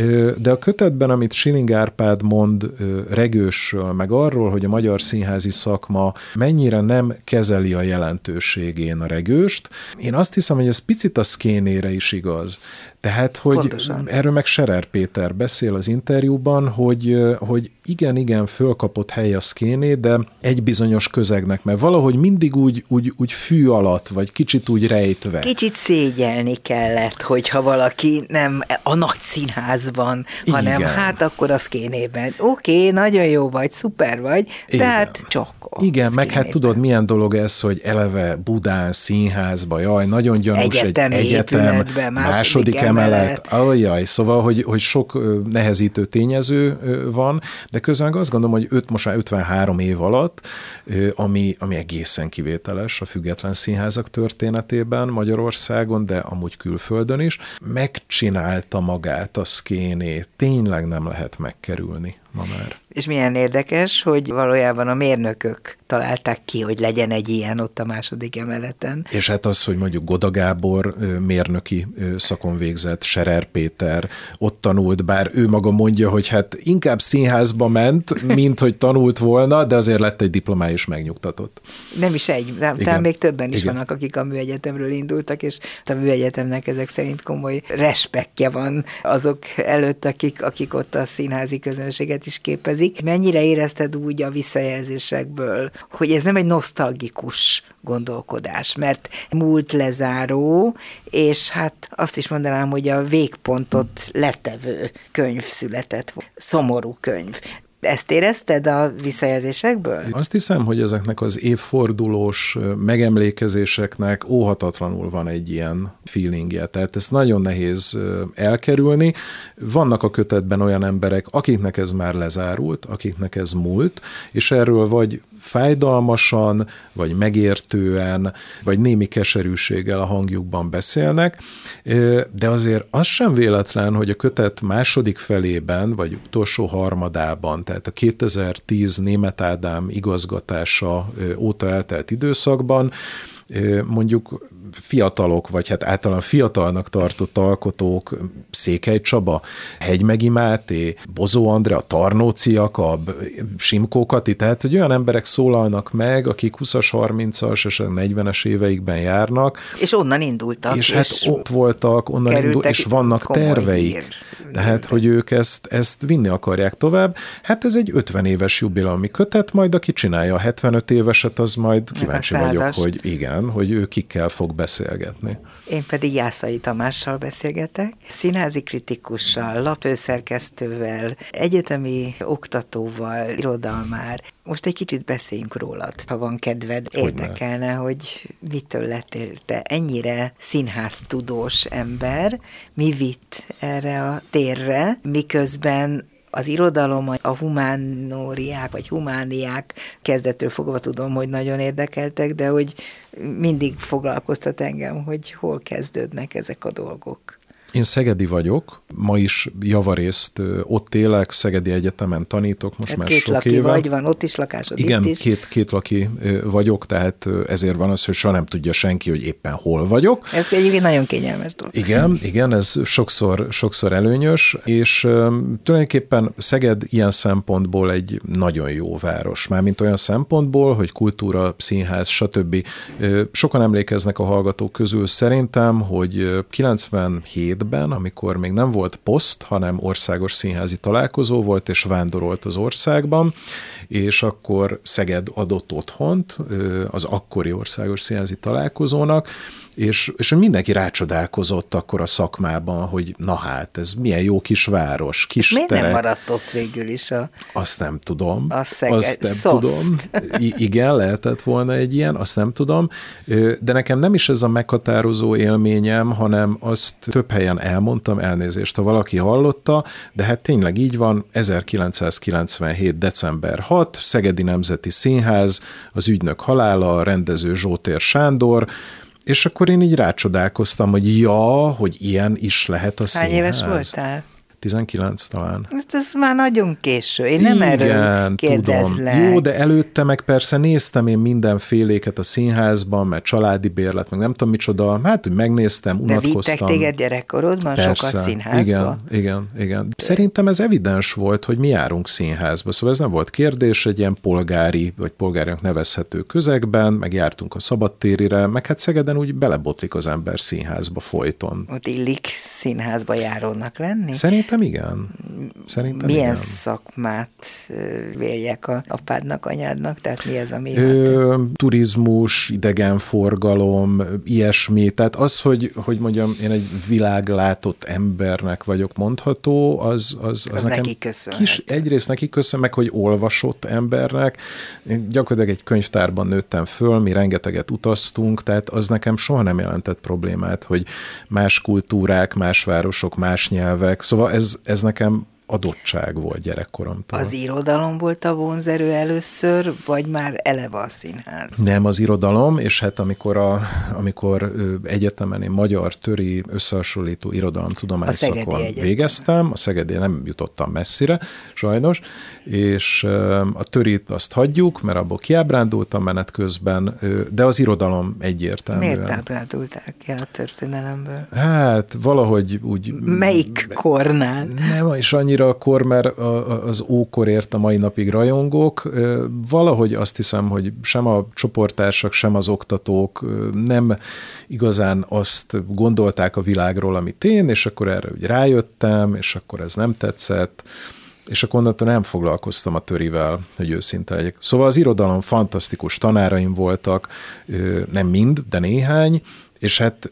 de a kötetben, amit Schilling Árpád mond Regősről, meg arról, hogy a magyar színházi szakma mennyire nem kezeli a jelentőségén a Regőst, én azt hiszem, hogy ez picit a Szkénére is igaz. Tehát, hogy pontosan. Erről meg Scherer Péter beszél az interjúban, hogy igen, fölkapott hely a Szkéné, de egy bizonyos közegnek, mert valahogy mindig úgy fű alatt, vagy kicsit úgy rejtve. Kicsit szégyelni kellett, hogyha valaki nem a nagy színházban, hanem hát akkor a Szkénében. Oké, nagyon jó vagy, szuper vagy, tehát csak a igen, Szkénében. meg hát tudod, milyen dolog ez, hogy eleve Budán, színházba, jaj, nagyon gyanús egy egyetem, második emelet. Ajaj, szóval, hogy sok nehezítő tényező van, de közben azt gondolom, hogy most már 53 év alatt, ami egészen kivételes a független színházak történetében Magyarországon, de amúgy külföldön is, megcsinálta magát a Szkéné. Tényleg nem lehet megkerülni ma már. És milyen érdekes, hogy valójában a mérnökök találták ki, hogy legyen egy ilyen ott a második emeleten. És hát az, hogy mondjuk Goda Gábor mérnöki szakon végzett, Scherer Péter ott tanult, bár ő maga mondja, hogy hát inkább színházba ment, mint hogy tanult volna, de azért lett egy diplomája is megnyugtatott. Nem is egy, talán még többen is vannak, akik a műegyetemről indultak, és a műegyetemnek ezek szerint komoly respektje van azok előtt, akik ott a színházi közönséget is képezik. Mennyire érezted úgy a visszajelzésekből, hogy ez nem egy nosztalgikus gondolkodás, mert múlt lezáró, és hát azt is mondanám, hogy a végpontot letevő könyv született, szomorú könyv. Ezt érezted a visszajelzésekből? Azt hiszem, hogy ezeknek az évfordulós megemlékezéseknek óhatatlanul van egy ilyen feelingje. Tehát ezt nagyon nehéz elkerülni. Vannak a kötetben olyan emberek, akiknek ez már lezárult, akiknek ez múlt, és erről vagy fájdalmasan, vagy megértően, vagy némi keserűséggel a hangjukban beszélnek, de azért az sem véletlen, hogy a kötet második felében, vagy utolsó harmadában, tehát a 2010 Németh Ádám igazgatása óta eltelt időszakban, mondjuk fiatalok, vagy hát általán fiatalnak tartott alkotók, Székely Csaba, Hegymegi Máté, Bozó Andrea, Tarnóci Jakab, Simkó Kati, tehát hogy olyan emberek szólalnak meg, akik 20-as, 30-as és 40-es éveikben járnak. És onnan indultak. És hát ott voltak, és vannak terveik. Tehát, hogy ők ezt vinni akarják tovább. Hát ez egy 50 éves jubileumi kötet, majd aki csinálja a 75 éveset, az majd kíváncsi vagyok, hogy igen, hogy ő kikkel fog beszélgetni. Én pedig Jászai Tamással beszélgetek, színházi kritikussal, lapőszerkesztővel, egyetemi oktatóval, irodalmár. Most egy kicsit beszéljünk rólad, ha van kedved. Érdekelne, hogy mitől lettél te ennyire színháztudós ember, mi vitt erre a térre, miközben az irodalom, a humánóriák, vagy humániák kezdettől fogva tudom, hogy nagyon érdekeltek, de hogy mindig foglalkoztat engem, hogy hol kezdődnek ezek a dolgok. Én szegedi vagyok, ma is javarészt ott élek, Szegedi Egyetemen tanítok, most már sok éve. Vagy, van ott is lakásod, igen, itt is. Két laki vagyok, tehát ezért van az, hogy soha nem tudja senki, hogy éppen hol vagyok. Ez egyébként nagyon kényelmes dolog. Igen, ez sokszor előnyös, és tulajdonképpen Szeged ilyen szempontból egy nagyon jó város. Mármint olyan szempontból, hogy kultúra, színház, stb. Sokan emlékeznek a hallgatók közül szerintem, hogy 97-ben, amikor még nem volt poszt, hanem országos színházi találkozó volt, és vándorolt az országban, és akkor Szeged adott otthont az akkori országos színházi találkozónak, és mindenki rácsodálkozott akkor a szakmában, hogy na hát, ez milyen jó kis város, kis miért terek. Nem maradt ott végül is Azt nem tudom. Azt nem tudom. Igen, lehetett volna egy ilyen, azt nem tudom, de nekem nem is ez a meghatározó élményem, hanem azt több helyen elmondtam, elnézést, ha valaki hallotta, de hát tényleg így van, 1997. december 6, Szegedi Nemzeti Színház, az ügynök halála, a rendező Zsótér Sándor, és akkor én így rácsodálkoztam, hogy hogy ilyen is lehet a színház. Hány éves voltál? 19 talán. Hát ez már nagyon késő. Én nem erről kérdezlek. Tudom. Jó, de előtte meg persze néztem én mindenféléket a színházban, mert családi bérlet, meg nem tudom micsoda. Hát, hogy megnéztem, unatkoztam. De vittek téged gyerekkorodban sokat színházba? Igen. Szerintem ez evidens volt, hogy mi járunk színházba. Szóval ez nem volt kérdés, egy ilyen polgári, vagy polgárinak nevezhető közegben, meg jártunk a szabadtérire, meg hát Szegeden úgy belebotlik az ember színházba folyton. Ott illik színházba járónak lenni? Szerintem igen. Milyen igen. szakmát véljek a apádnak, anyádnak? Tehát mi ez, ami turizmus, idegenforgalom, ilyesmi. Tehát az, hogy mondjam, én egy világlátott embernek vagyok mondható, az nekem neki köszönhet. Egyrészt neki köszön, meg hogy olvasott embernek. Én gyakorlatilag egy könyvtárban nőttem föl, mi rengeteget utaztunk, tehát az nekem soha nem jelentett problémát, hogy más kultúrák, más városok, más nyelvek. Szóval ez nekem adottság volt gyerekkoromtól. Az irodalom volt a vonzerő először, vagy már eleve a színház? Nem, az irodalom, és hát amikor egyetemen én magyar töri összehasonlító irodalomtudomány szakon végeztem, a Szegedi nem jutottam messzire, sajnos, és a törit azt hagyjuk, mert abból kiábrándultam menet közben, de az irodalom egyértelműen. Miért ábrándultál ki a történelemből? Hát valahogy úgy... Melyik kornál? Nem, és annyira akkor, mert az ókorért a mai napig rajongok. Valahogy azt hiszem, hogy sem a csoporttársak, sem az oktatók nem igazán azt gondolták a világról, amit én, és akkor erre úgy rájöttem, és akkor ez nem tetszett, és akkor onnantól nem foglalkoztam a törivel, hogy őszinte legyek. Szóval az irodalom fantasztikus tanáraim voltak, nem mind, de néhány, és hát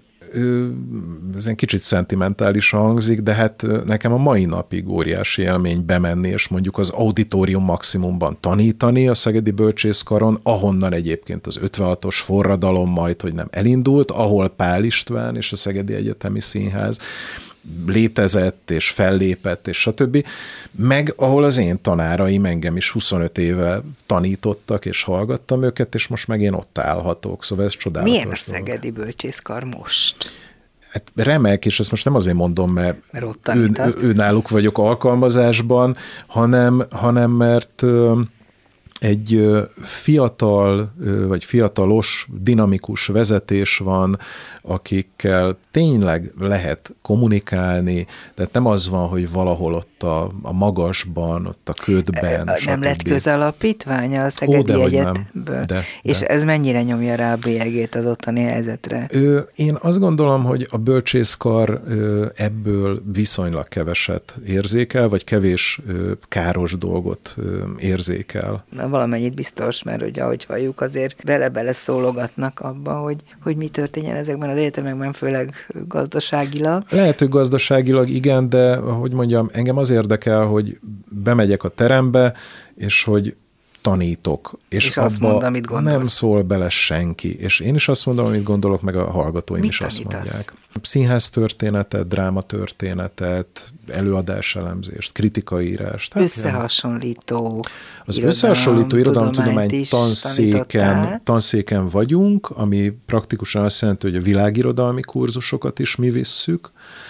ez egy kicsit szentimentális hangzik, de hát nekem a mai napig óriási élmény bemenni, és mondjuk az Auditorium Maximumban tanítani a Szegedi Bölcsészkaron, ahonnan egyébként az 56-os forradalom majd, hogy nem elindult, ahol Pál István és a Szegedi Egyetemi Színház létezett, és fellépett, és stb. Meg ahol az én tanáraim engem is 25 éve tanítottak, és hallgattam őket, és most meg én ott állhatok. Szóval ez csodálatos. Milyen a Szegedi Bölcsészkar most? Hát remek, és ezt most nem azért mondom, mert ott náluk vagyok alkalmazásban, hanem mert egy fiatal, vagy fiatalos, dinamikus vezetés van, akikkel tényleg lehet kommunikálni, tehát nem az van, hogy valahol ott a magasban, ott a ködben. Nem lett közalapítványa a Szegedi Egyetemről? És ez mennyire nyomja rá a bélyegét az ottani helyzetre? Én azt gondolom, hogy a bölcsészkar ebből viszonylag keveset érzékel, vagy kevés káros dolgot érzékel. Na, valamennyit biztos, mert hogy ahogy halljuk, azért bele-bele szólogatnak abba, hogy mi történjen ezekben az egyetemekben, főleg gazdaságilag. Lehet, hogy gazdaságilag igen, de hogy mondjam, engem az érdekel, hogy bemegyek a terembe, és hogy tanítok. És azt mondom, amit gondolsz. Nem szól bele senki. És én is azt mondom, amit gondolok, meg a hallgatóim mit is tanítasz? Azt mondják. Színháztörténetet, drámatörténetet, előadáselemzést, kritikai-írást. Összehasonlító az összehasonlító irodalomtudomány tanszéken vagyunk, ami praktikusan azt jelenti, hogy a világirodalmi kurzusokat is mi visszük,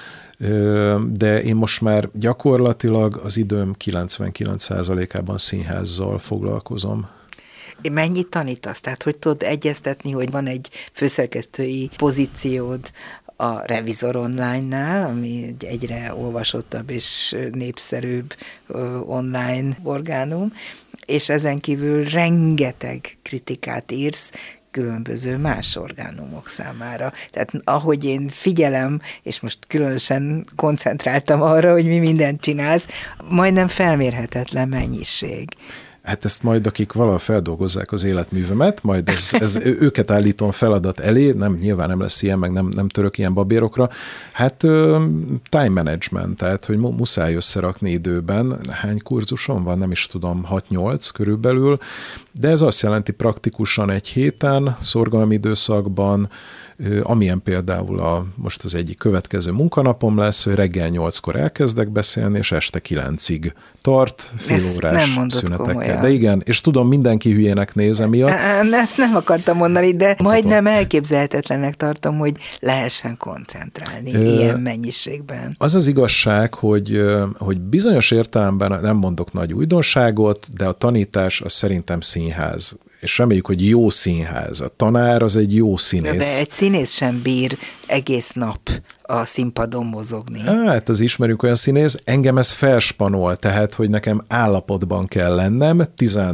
de én most már gyakorlatilag az időm 99%-ában színházzal foglalkozom. Mennyit tanítasz? Tehát, hogy tudod egyeztetni, hogy van egy főszerkesztői pozíciód a Revizor Online-nál, ami egy egyre olvasottabb és népszerűbb online orgánum, és ezen kívül rengeteg kritikát írsz különböző más orgánumok számára. Tehát ahogy én figyelem, és most különösen koncentráltam arra, hogy mi mindent csinálsz, majdnem felmérhetetlen mennyiség. Hát ezt majd, akik valahol feldolgozzák az életművemet, majd ez őket állítom feladat elé, nyilván nem lesz ilyen, meg nem török ilyen babérokra. Hát time management, tehát hogy muszáj összerakni időben. Hány kurzuson van? Nem is tudom, 6-8 körülbelül, de ez azt jelenti praktikusan egy héten, szorgalmi időszakban, amilyen például most az egyik következő munkanapom lesz, hogy reggel 8-kor elkezdek beszélni, és este 9-ig tart, félórás szünetekkel. Komolyan. De igen, és tudom, mindenki hülyének néz emiatt. Ezt nem akartam mondani, de majdnem elképzelhetetlennek tartom, hogy lehessen koncentrálni ilyen mennyiségben. Az az igazság, hogy bizonyos értelemben nem mondok nagy újdonságot, de a tanítás az szerintem színház. És reméljük, hogy jó színház. A tanár az egy jó színész. De egy színész sem bír egész nap a színpadon mozogni. Hát, az ismerünk olyan színész, engem ez felspanol, tehát, hogy nekem állapotban kell lennem,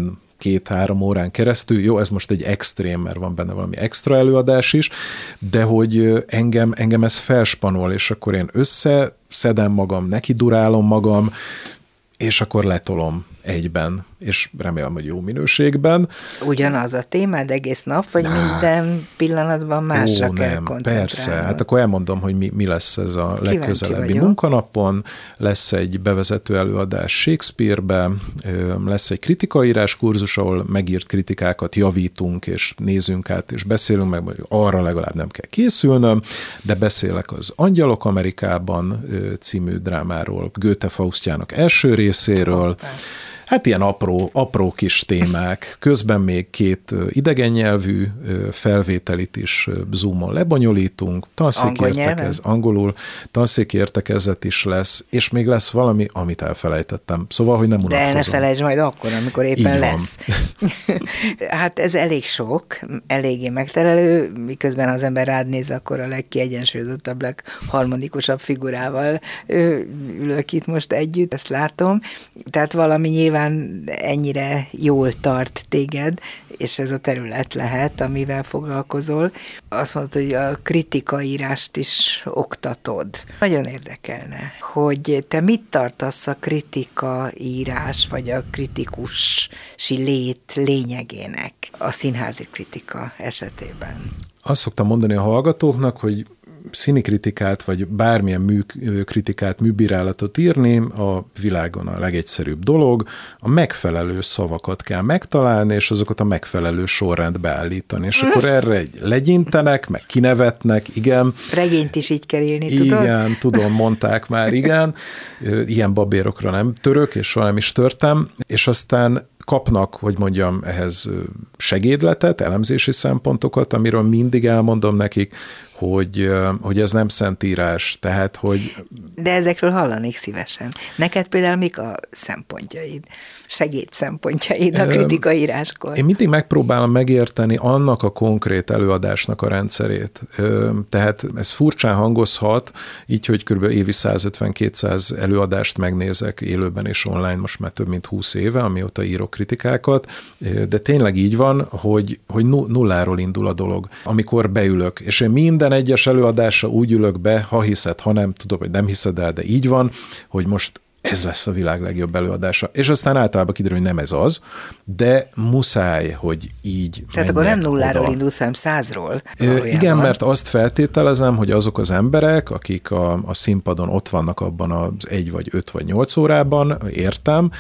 12-3 órán keresztül, jó, ez most egy extrém, mert van benne valami extra előadás is, de hogy engem ez felspanol, és akkor én összeszedem magam, nekidurálom magam, és akkor letolom egyben, és remélem, hogy jó minőségben. Ugyanaz a témád egész nap, vagy minden pillanatban másra kell koncentrálni? Persze, hát akkor elmondom, hogy mi lesz ez a legközelebbi munkanapon. Lesz egy bevezető előadás Shakespeare-be, lesz egy kritikaírás kurzus, ahol megírt kritikákat javítunk, és nézünk át, és beszélünk meg, hogy arra legalább nem kell készülnöm, de beszélek az Angyalok Amerikában című drámáról, Goethe Faustjának első részéről. Hát ilyen apró kis témák. Közben még 2 idegen nyelvű felvételit is Zoomon lebonyolítunk. Angolul, tanszéki értekezet is lesz, és még lesz valami, amit elfelejtettem. Szóval, hogy nem unatkozom. De el ne felejtsd majd akkor, amikor éppen lesz. Hát ez elég sok, eléggé megterelő, miközben az ember rád néz, akkor a legkiegyensúlyozottabb, legharmonikusabb figurával ülök itt most együtt, ezt látom. Tehát valami nyilván ennyire jól tart téged, és ez a terület lehet, amivel foglalkozol. Azt mondod, hogy a kritikaírást is oktatod. Nagyon érdekelne, hogy te mit tartasz a kritikaírás, vagy a kritikusi lét lényegének a színházi kritika esetében? Azt szoktam mondani a hallgatóknak, hogy színikritikát, vagy bármilyen műkritikát, műbírálatot írni a világon a legegyszerűbb dolog, a megfelelő szavakat kell megtalálni, és azokat a megfelelő sorrendbe állítani. És akkor erre legyintenek, meg kinevetnek, igen. Regényt is így kell írni, tudod? Igen, tudom, mondták már, igen. Ilyen babérokra nem török, és soha nem is törtem. És aztán kapnak, hogy mondjam, ehhez segédletet, elemzési szempontokat, amiről mindig elmondom nekik, hogy ez nem szentírás, tehát, hogy... De ezekről hallanék szívesen. Neked például mik a szempontjaid, segédszempontjaid a kritikaíráskor? Én mindig megpróbálom megérteni annak a konkrét előadásnak a rendszerét. Tehát ez furcsán hangozhat, így, hogy kb. Évi 150-200 előadást megnézek élőben és online most már több mint 20 éve, amióta írok kritikákat, de tényleg így van, hogy nulláról indul a dolog. Amikor beülök, és én minden egyes előadásra úgy ülök be, ha hiszed, ha nem, tudom, hogy nem hiszed el, de így van, hogy most ez lesz a világ legjobb előadása. És aztán általában kiderül, hogy nem ez az, de muszáj, hogy így tehát akkor nem nulláról indulsz, hanem 100-ról. Igen, mert azt feltételezem, hogy azok az emberek, akik a színpadon ott vannak abban az 1 vagy 5 vagy 8 órában, értem,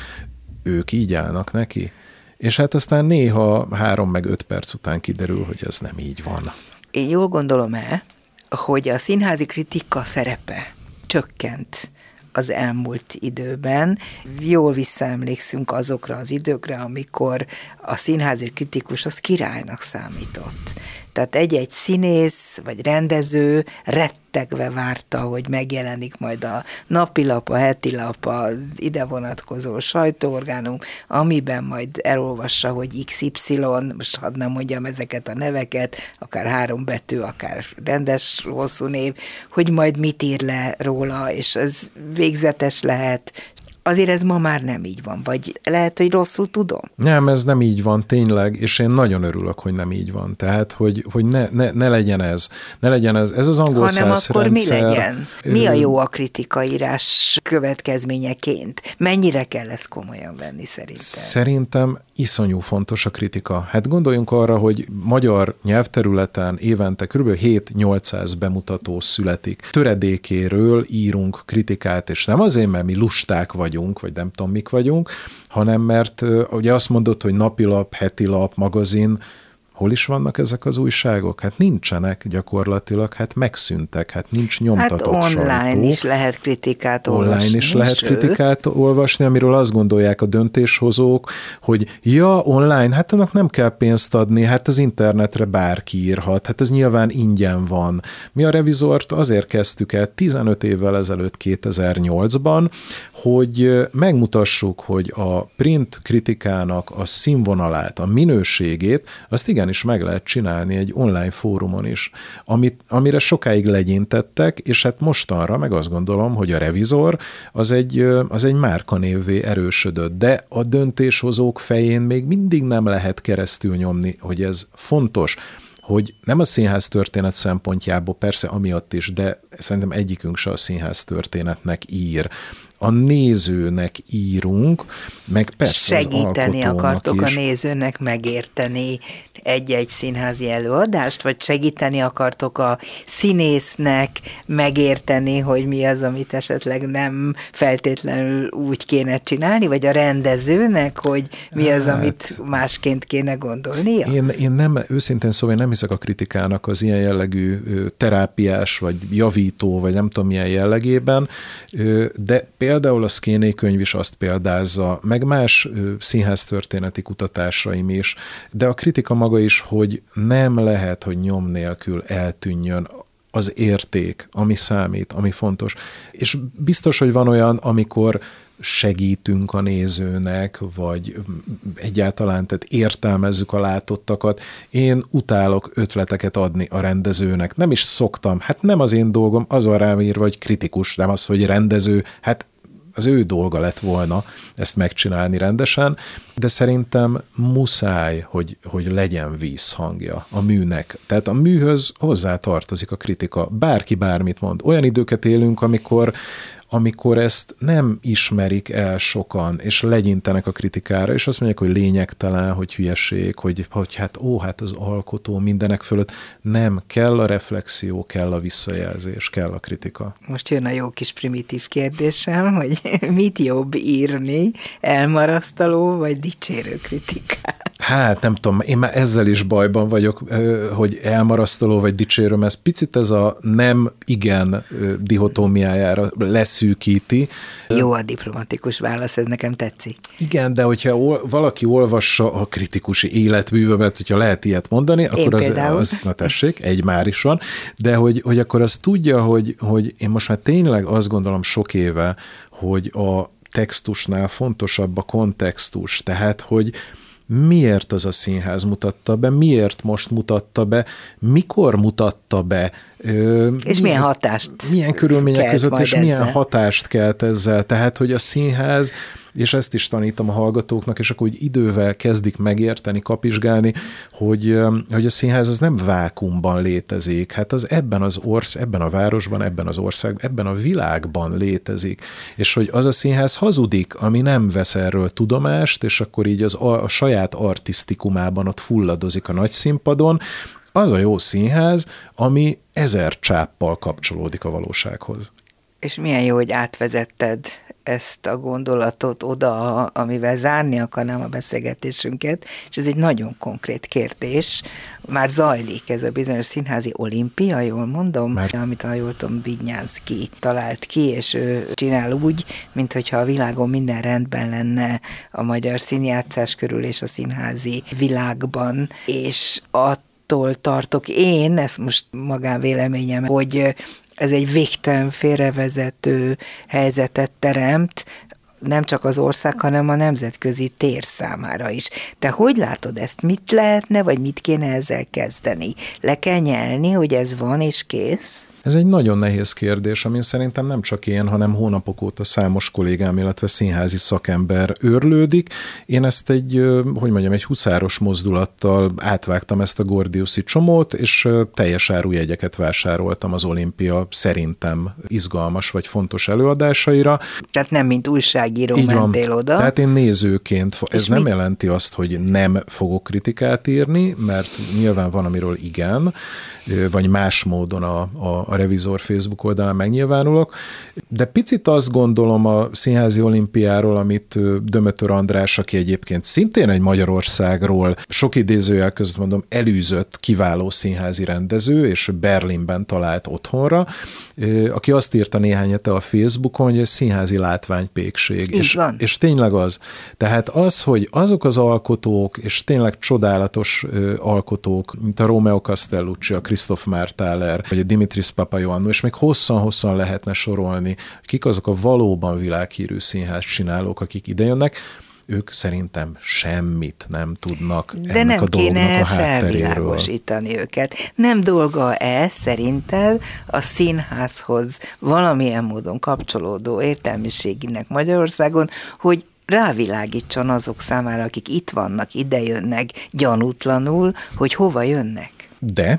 ők így állnak neki. És hát aztán néha 3 meg 5 perc után kiderül, hogy ez nem így van. Én jól gondolom-e, hogy a színházi kritika szerepe csökkent az elmúlt időben. Jól visszaemlékszünk azokra az időkre, amikor a színházi kritikus az királynak számított. Tehát egy-egy színész vagy rendező rettegve várta, hogy megjelenik majd a napilap, a hetilap, az ide vonatkozó sajtóorgánum, amiben majd elolvassa, hogy XY, most hadd nem mondjam ezeket a neveket, akár 3 betű, akár rendes hosszú név, hogy majd mit ír le róla, és ez végzetes lehet. Azért ez ma már nem így van, vagy lehet, hogy rosszul tudom? Nem, ez nem így van tényleg, és én nagyon örülök, hogy nem így van. Tehát, hogy ne legyen ez. Ne legyen ez. Ez az angol száz akkor rendszer. Mi legyen? Mi a jó a kritikaírás következményeként? Mennyire kell ezt komolyan venni szerintem? Szerintem iszonyú fontos a kritika. Hát gondoljunk arra, hogy magyar nyelvterületen évente kb. 7-800 bemutató születik. Töredékéről írunk kritikát, és nem azért, mert mi lusták vagyunk, vagy nem tudom mik vagyunk, hanem mert ugye azt mondod, hogy napilap, hetilap, magazin, hol is vannak ezek az újságok? Hát nincsenek gyakorlatilag, hát megszűntek, hát nincs nyomtatott hát online sajtó. is lehet kritikát olvasni. Online is lehet kritikát olvasni, amiről azt gondolják a döntéshozók, hogy ja, online, hát annak nem kell pénzt adni, hát az internetre bárki írhat, hát ez nyilván ingyen van. Mi a Revizort azért kezdtük el 15 évvel ezelőtt 2008-ban, hogy megmutassuk, hogy a print kritikának a színvonalát, a minőségét, azt igenis meg lehet csinálni egy online fórumon is, amire sokáig legyintettek, és hát mostanra meg azt gondolom, hogy a Revizor az egy márkanévvé erősödött, de a döntéshozók fején még mindig nem lehet keresztül nyomni, hogy ez fontos, hogy nem a színház történet szempontjából, persze amiatt is, de szerintem egyikünk se a színház történetnek ír. A nézőnek írunk, meg persze segíteni akartok is. A nézőnek megérteni egy-egy színházi előadást, vagy segíteni akartok a színésznek megérteni, hogy mi az, amit esetleg nem feltétlenül úgy kéne csinálni, vagy a rendezőnek, hogy mi az, amit másként kéne gondolnia? Én nem, őszintén szóval én nem hiszek a kritikának az ilyen jellegű terápiás, vagy javító, vagy nem tudom milyen jellegében, de például a Szkéné könyv is azt példázza, meg más színháztörténeti kutatásaim is, de a kritika maga is, hogy nem lehet, hogy nyom nélkül eltűnjön az érték, ami számít, ami fontos. És biztos, hogy van olyan, amikor segítünk a nézőnek, vagy egyáltalán tehát értelmezzük a látottakat. Én utálok ötleteket adni a rendezőnek. Nem is szoktam. Hát nem az én dolgom, az van rám írva, hogy kritikus, nem az, hogy rendező. Hát az ő dolga lett volna ezt megcsinálni rendesen, de szerintem muszáj, hogy legyen vízhangja a műnek. Tehát a műhöz hozzá tartozik a kritika. Bárki bármit mond. Olyan időket élünk, amikor ezt nem ismerik el sokan, és legyintenek a kritikára, és azt mondják, hogy lényegtelen, hogy hülyeség, hogy hát az alkotó mindenek fölött. Nem, kell a reflexió, kell a visszajelzés, kell a kritika. Most jön a jó kis primitív kérdésem, hogy mit jobb írni, elmarasztaló vagy dicsérő kritikát? Hát nem tudom, én már ezzel is bajban vagyok, hogy elmarasztaló vagy dicséröm, ez picit ez a nem-igen dihotómiájára leszűkíti. Jó a diplomatikus válasz, ez nekem tetszik. Igen, de hogyha valaki olvassa a kritikus életművemet, hogyha lehet ilyet mondani, akkor az na tessék, egy már is van, de hogy akkor az tudja, hogy én most már tényleg azt gondolom sok éve, hogy a textusnál fontosabb a kontextus, tehát hogy miért az a színház mutatta be, miért most mutatta be, mikor mutatta be. És milyen hatást milyen körülmények között, és ezzel. milyen hatást kelt ezzel. Tehát, hogy a színház, és ezt is tanítom a hallgatóknak, és akkor úgy idővel kezdik megérteni, kapizsgálni, hogy a színház az nem vákuumban létezik. Hát az ebben a városban, ebben az országban, ebben a világban létezik. És hogy az a színház hazudik, ami nem vesz erről tudomást, és akkor így a saját artisztikumában ott fulladozik a nagy színpadon, az a jó színház, ami 1000 csáppal kapcsolódik a valósághoz. És milyen jó, hogy átvezetted ezt a gondolatot oda, amivel zárni akarnám a beszélgetésünket, és ez egy nagyon konkrét kérdés. Már zajlik ez a bizonyos színházi olimpia, jól mondom, amit a jól tudom, Vidnyánszky talált ki, és ő csinál úgy, minthogyha a világon minden rendben lenne a magyar színjátszás körül és a színházi világban, és attól tartok én, ez most magánvéleményem, hogy ez egy végtelen félrevezető helyzetet teremt, nem csak az ország, hanem a nemzetközi tér számára is. Te hogy látod ezt? Mit lehetne, vagy mit kéne ezzel kezdeni? Le kell nyelni, hogy ez van és kész? Ez egy nagyon nehéz kérdés, amin szerintem nem csak én, hanem hónapok óta számos kollégám, illetve színházi szakember őrlődik. Én ezt egy huszáros mozdulattal átvágtam ezt a gordiuszi csomót, és teljes áru jegyeket vásároltam az olimpia szerintem izgalmas vagy fontos előadásaira. Tehát nem mint újságíró mentél oda. Tehát én nézőként, ez nem jelenti azt, hogy nem fogok kritikát írni, mert nyilván van, amiről igen, vagy más módon a Revizor Facebook oldalán megnyilvánulok, de picit azt gondolom a színházi olimpiáról, amit Dömötör András, aki egyébként szintén egy Magyarországról, sok idézőjel között mondom, elűzött kiváló színházi rendező, és Berlinben talált otthonra, aki azt írta néhány hete a Facebookon, hogy ez színházi látványpékség. És tényleg az. Tehát az, hogy azok az alkotók, és tényleg csodálatos alkotók, mint a Romeo Castellucci, a Christoph Marthaler, vagy a Dimitris Papaioannou, és még hosszan-hosszan lehetne sorolni, kik azok a valóban világhírű színház csinálók, akik idejönnek, ők szerintem semmit nem tudnak ennek a dolognak a hátteréről. De nem kéne felvilágosítani őket. Nem dolga szerinted a színházhoz valamilyen módon kapcsolódó értelmiséginek Magyarországon, hogy rávilágítson azok számára, akik itt vannak, idejönnek gyanútlanul, hogy hova jönnek? De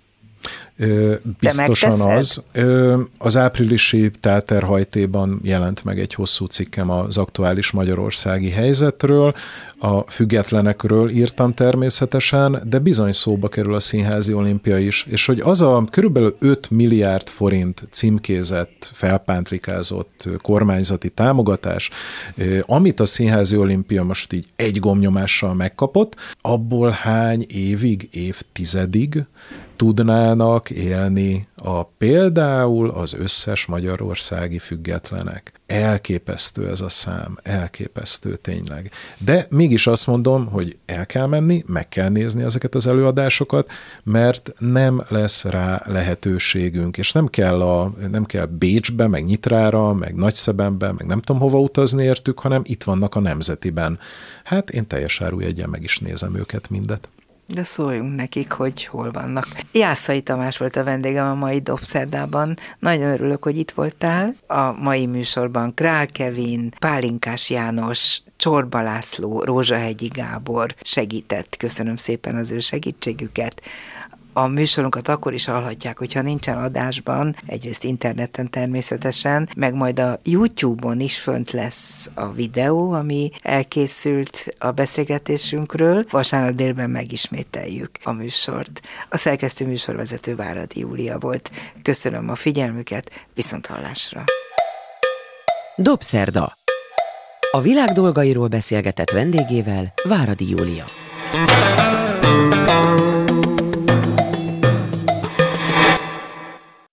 biztosan az. Az áprilisi Táterhajtéban jelent meg egy hosszú cikkem az aktuális magyarországi helyzetről, a függetlenekről írtam természetesen, de bizony szóba kerül a színházi olimpia is, és hogy az a körülbelül 5 milliárd forint címkézett, felpántrikázott kormányzati támogatás, amit a színházi olimpia most így egy gombnyomással megkapott, abból hány évig, évtizedig tudnának élni például az összes magyarországi függetlenek. Elképesztő ez a szám, elképesztő tényleg. De mégis azt mondom, hogy el kell menni, meg kell nézni ezeket az előadásokat, mert nem lesz rá lehetőségünk, és nem kell Bécsbe, meg Nyitrára, meg Nagyszebenbe, meg nem tudom hova utazni értük, hanem itt vannak a Nemzetiben. Hát én teljes árujegyen meg is nézem őket mindet. De szóljunk nekik, hogy hol vannak. Jászai Tamás volt a vendégem a mai Dobszerdában. Nagyon örülök, hogy itt voltál. A mai műsorban Král Kevin, Pálinkás János, Csorba László, Rózsahegyi Gábor segített. Köszönöm szépen az ő segítségüket. A műsorunkat akkor is hallhatják, hogyha nincsen adásban, egyrészt interneten természetesen, meg majd a YouTube-on is fönt lesz a videó, ami elkészült a beszélgetésünkről. Vasárnap délben megismételjük a műsort. A szerkesztő műsorvezető Váradi Júlia volt. Köszönöm a figyelmüket, viszonthallásra. Dobszerda. A világ dolgairól beszélgetett vendégével Váradi Júlia.